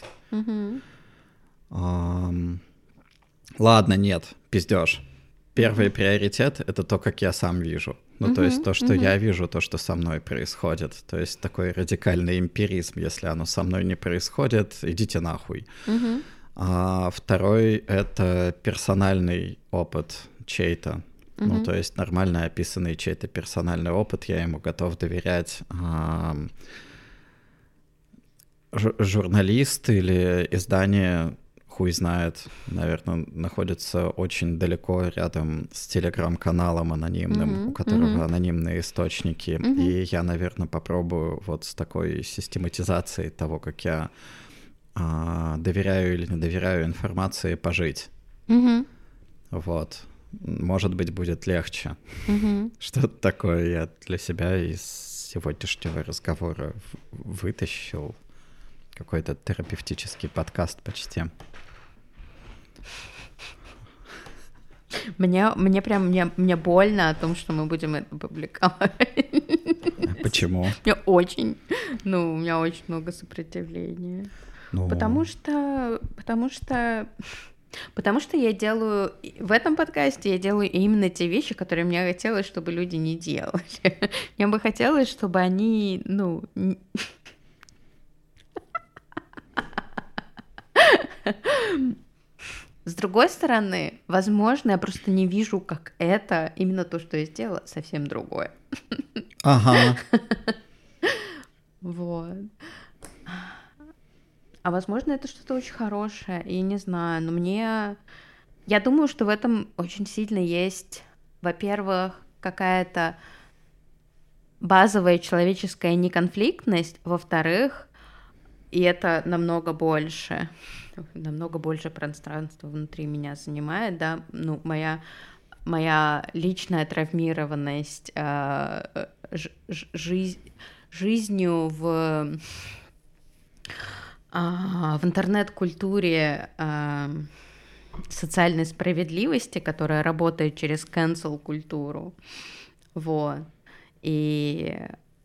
Ладно, нет, пиздёж. Первый приоритет — это то, как я сам вижу. Ну, то есть то, что я вижу, то, что со мной происходит. То есть такой радикальный эмпиризм. Если оно со мной не происходит, идите нахуй. А второй — это персональный опыт чей-то. Ну, то есть нормально описанный чей-то персональный опыт, я ему готов доверять. Журналист или издание, хуй знает, наверное, находится очень далеко рядом с телеграм-каналом анонимным, у которого анонимные источники. И я, наверное, попробую вот с такой систематизацией того, как я доверяю или не доверяю информации, пожить. Вот. Может быть, будет легче. Что-то такое я для себя из сегодняшнего разговора вытащил. Какой-то терапевтический подкаст почти. Мне больно о том, что мы будем это публиковать. Почему? У меня очень много сопротивления. Потому что я делаю в этом подкасте, я делаю именно те вещи, которые мне хотелось, чтобы люди не делали. Мне бы хотелось, чтобы они, С другой стороны, возможно, я просто не вижу, как это, именно то, что я сделала, совсем другое. Ага. Вот. А возможно, это что-то очень хорошее, я не знаю, но я думаю, что в этом очень сильно есть, во-первых, какая-то базовая человеческая неконфликтность, во-вторых, и это намного больше пространства внутри меня занимает, да, моя личная травмированность жизнью в интернет-культуре социальной справедливости, которая работает через cancel-культуру, вот, и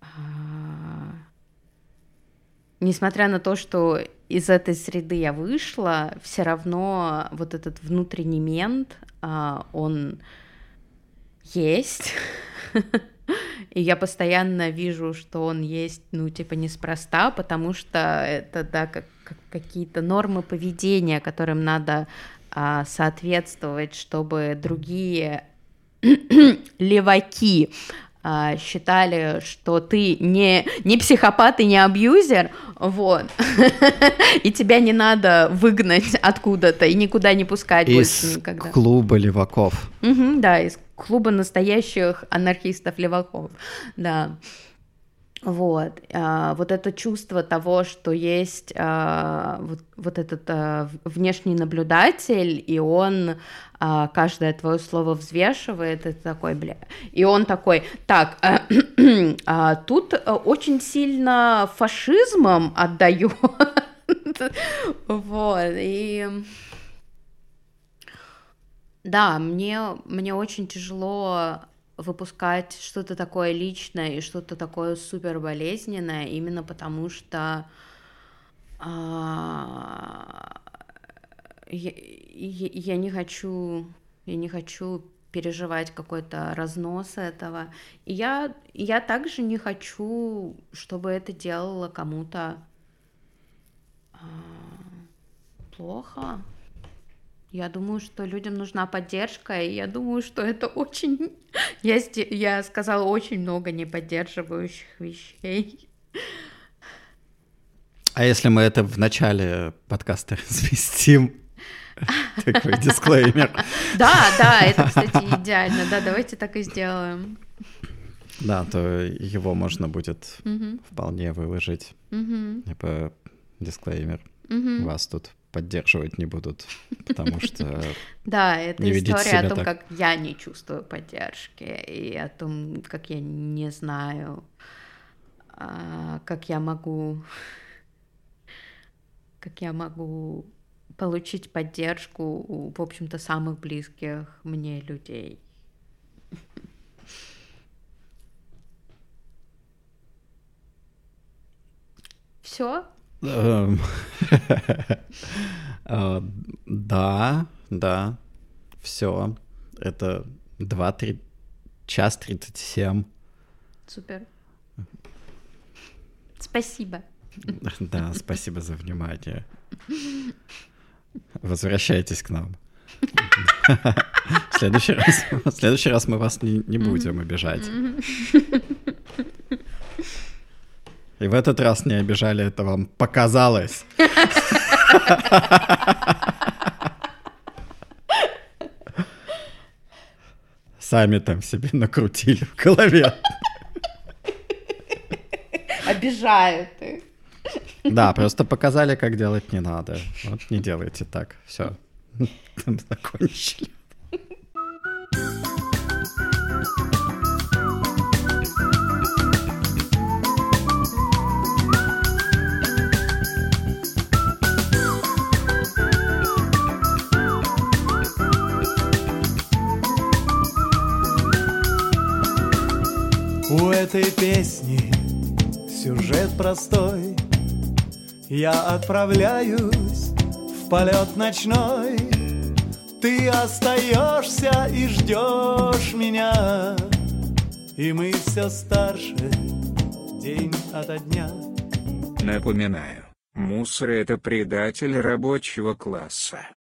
несмотря на то, что из этой среды я вышла, все равно вот этот внутренний мент, он есть, и я постоянно вижу, что он есть, неспроста, потому что это, да, как какие-то нормы поведения, которым надо соответствовать, чтобы другие леваки считали, что ты не психопат и не абьюзер, вот, и тебя не надо выгнать откуда-то и никуда не пускать больше никогда. Из клуба леваков. Да, из клуба настоящих анархистов-леваков, да. Вот, вот это чувство того, что есть вот этот внешний наблюдатель, и он каждое твое слово взвешивает, и такой, и он такой, так, тут очень сильно фашизмом отдаю, вот, и Да, мне очень тяжело выпускать что-то такое личное и что-то такое супер болезненное, именно потому что а, я не хочу переживать какой-то разнос этого. И я также не хочу, чтобы это делало кому-то а, плохо. Я думаю, что людям нужна поддержка, и я думаю, что это очень... Я сказала очень много неподдерживающих вещей. А если мы это в начале подкаста разместим? Такой дисклеймер. Да, это, кстати, идеально. Да, давайте так и сделаем. Да, то его можно будет вполне выложить. Типа дисклеймер. Вас тут поддерживать не будут, потому что... Да, это не ведите история о себя том, так. как я не чувствую поддержки, и о том, как я не знаю, как я могу получить поддержку у, в общем-то, самых близких мне людей. Все? Да, все. Это 1:03, 37. Супер. Спасибо. Да, спасибо за внимание. Возвращайтесь к нам. В следующий раз мы вас не будем обижать. И в этот раз не обижали, это вам показалось. Сами там себе накрутили в голове. Обижают их. Да, просто показали, как делать не надо. Вот не делайте так. Все. Закончили. У этой песни сюжет простой. Я отправляюсь в полет ночной. Ты остаешься и ждешь меня, и мы все старше день ото дня. Напоминаю, мусор — это предатель рабочего класса.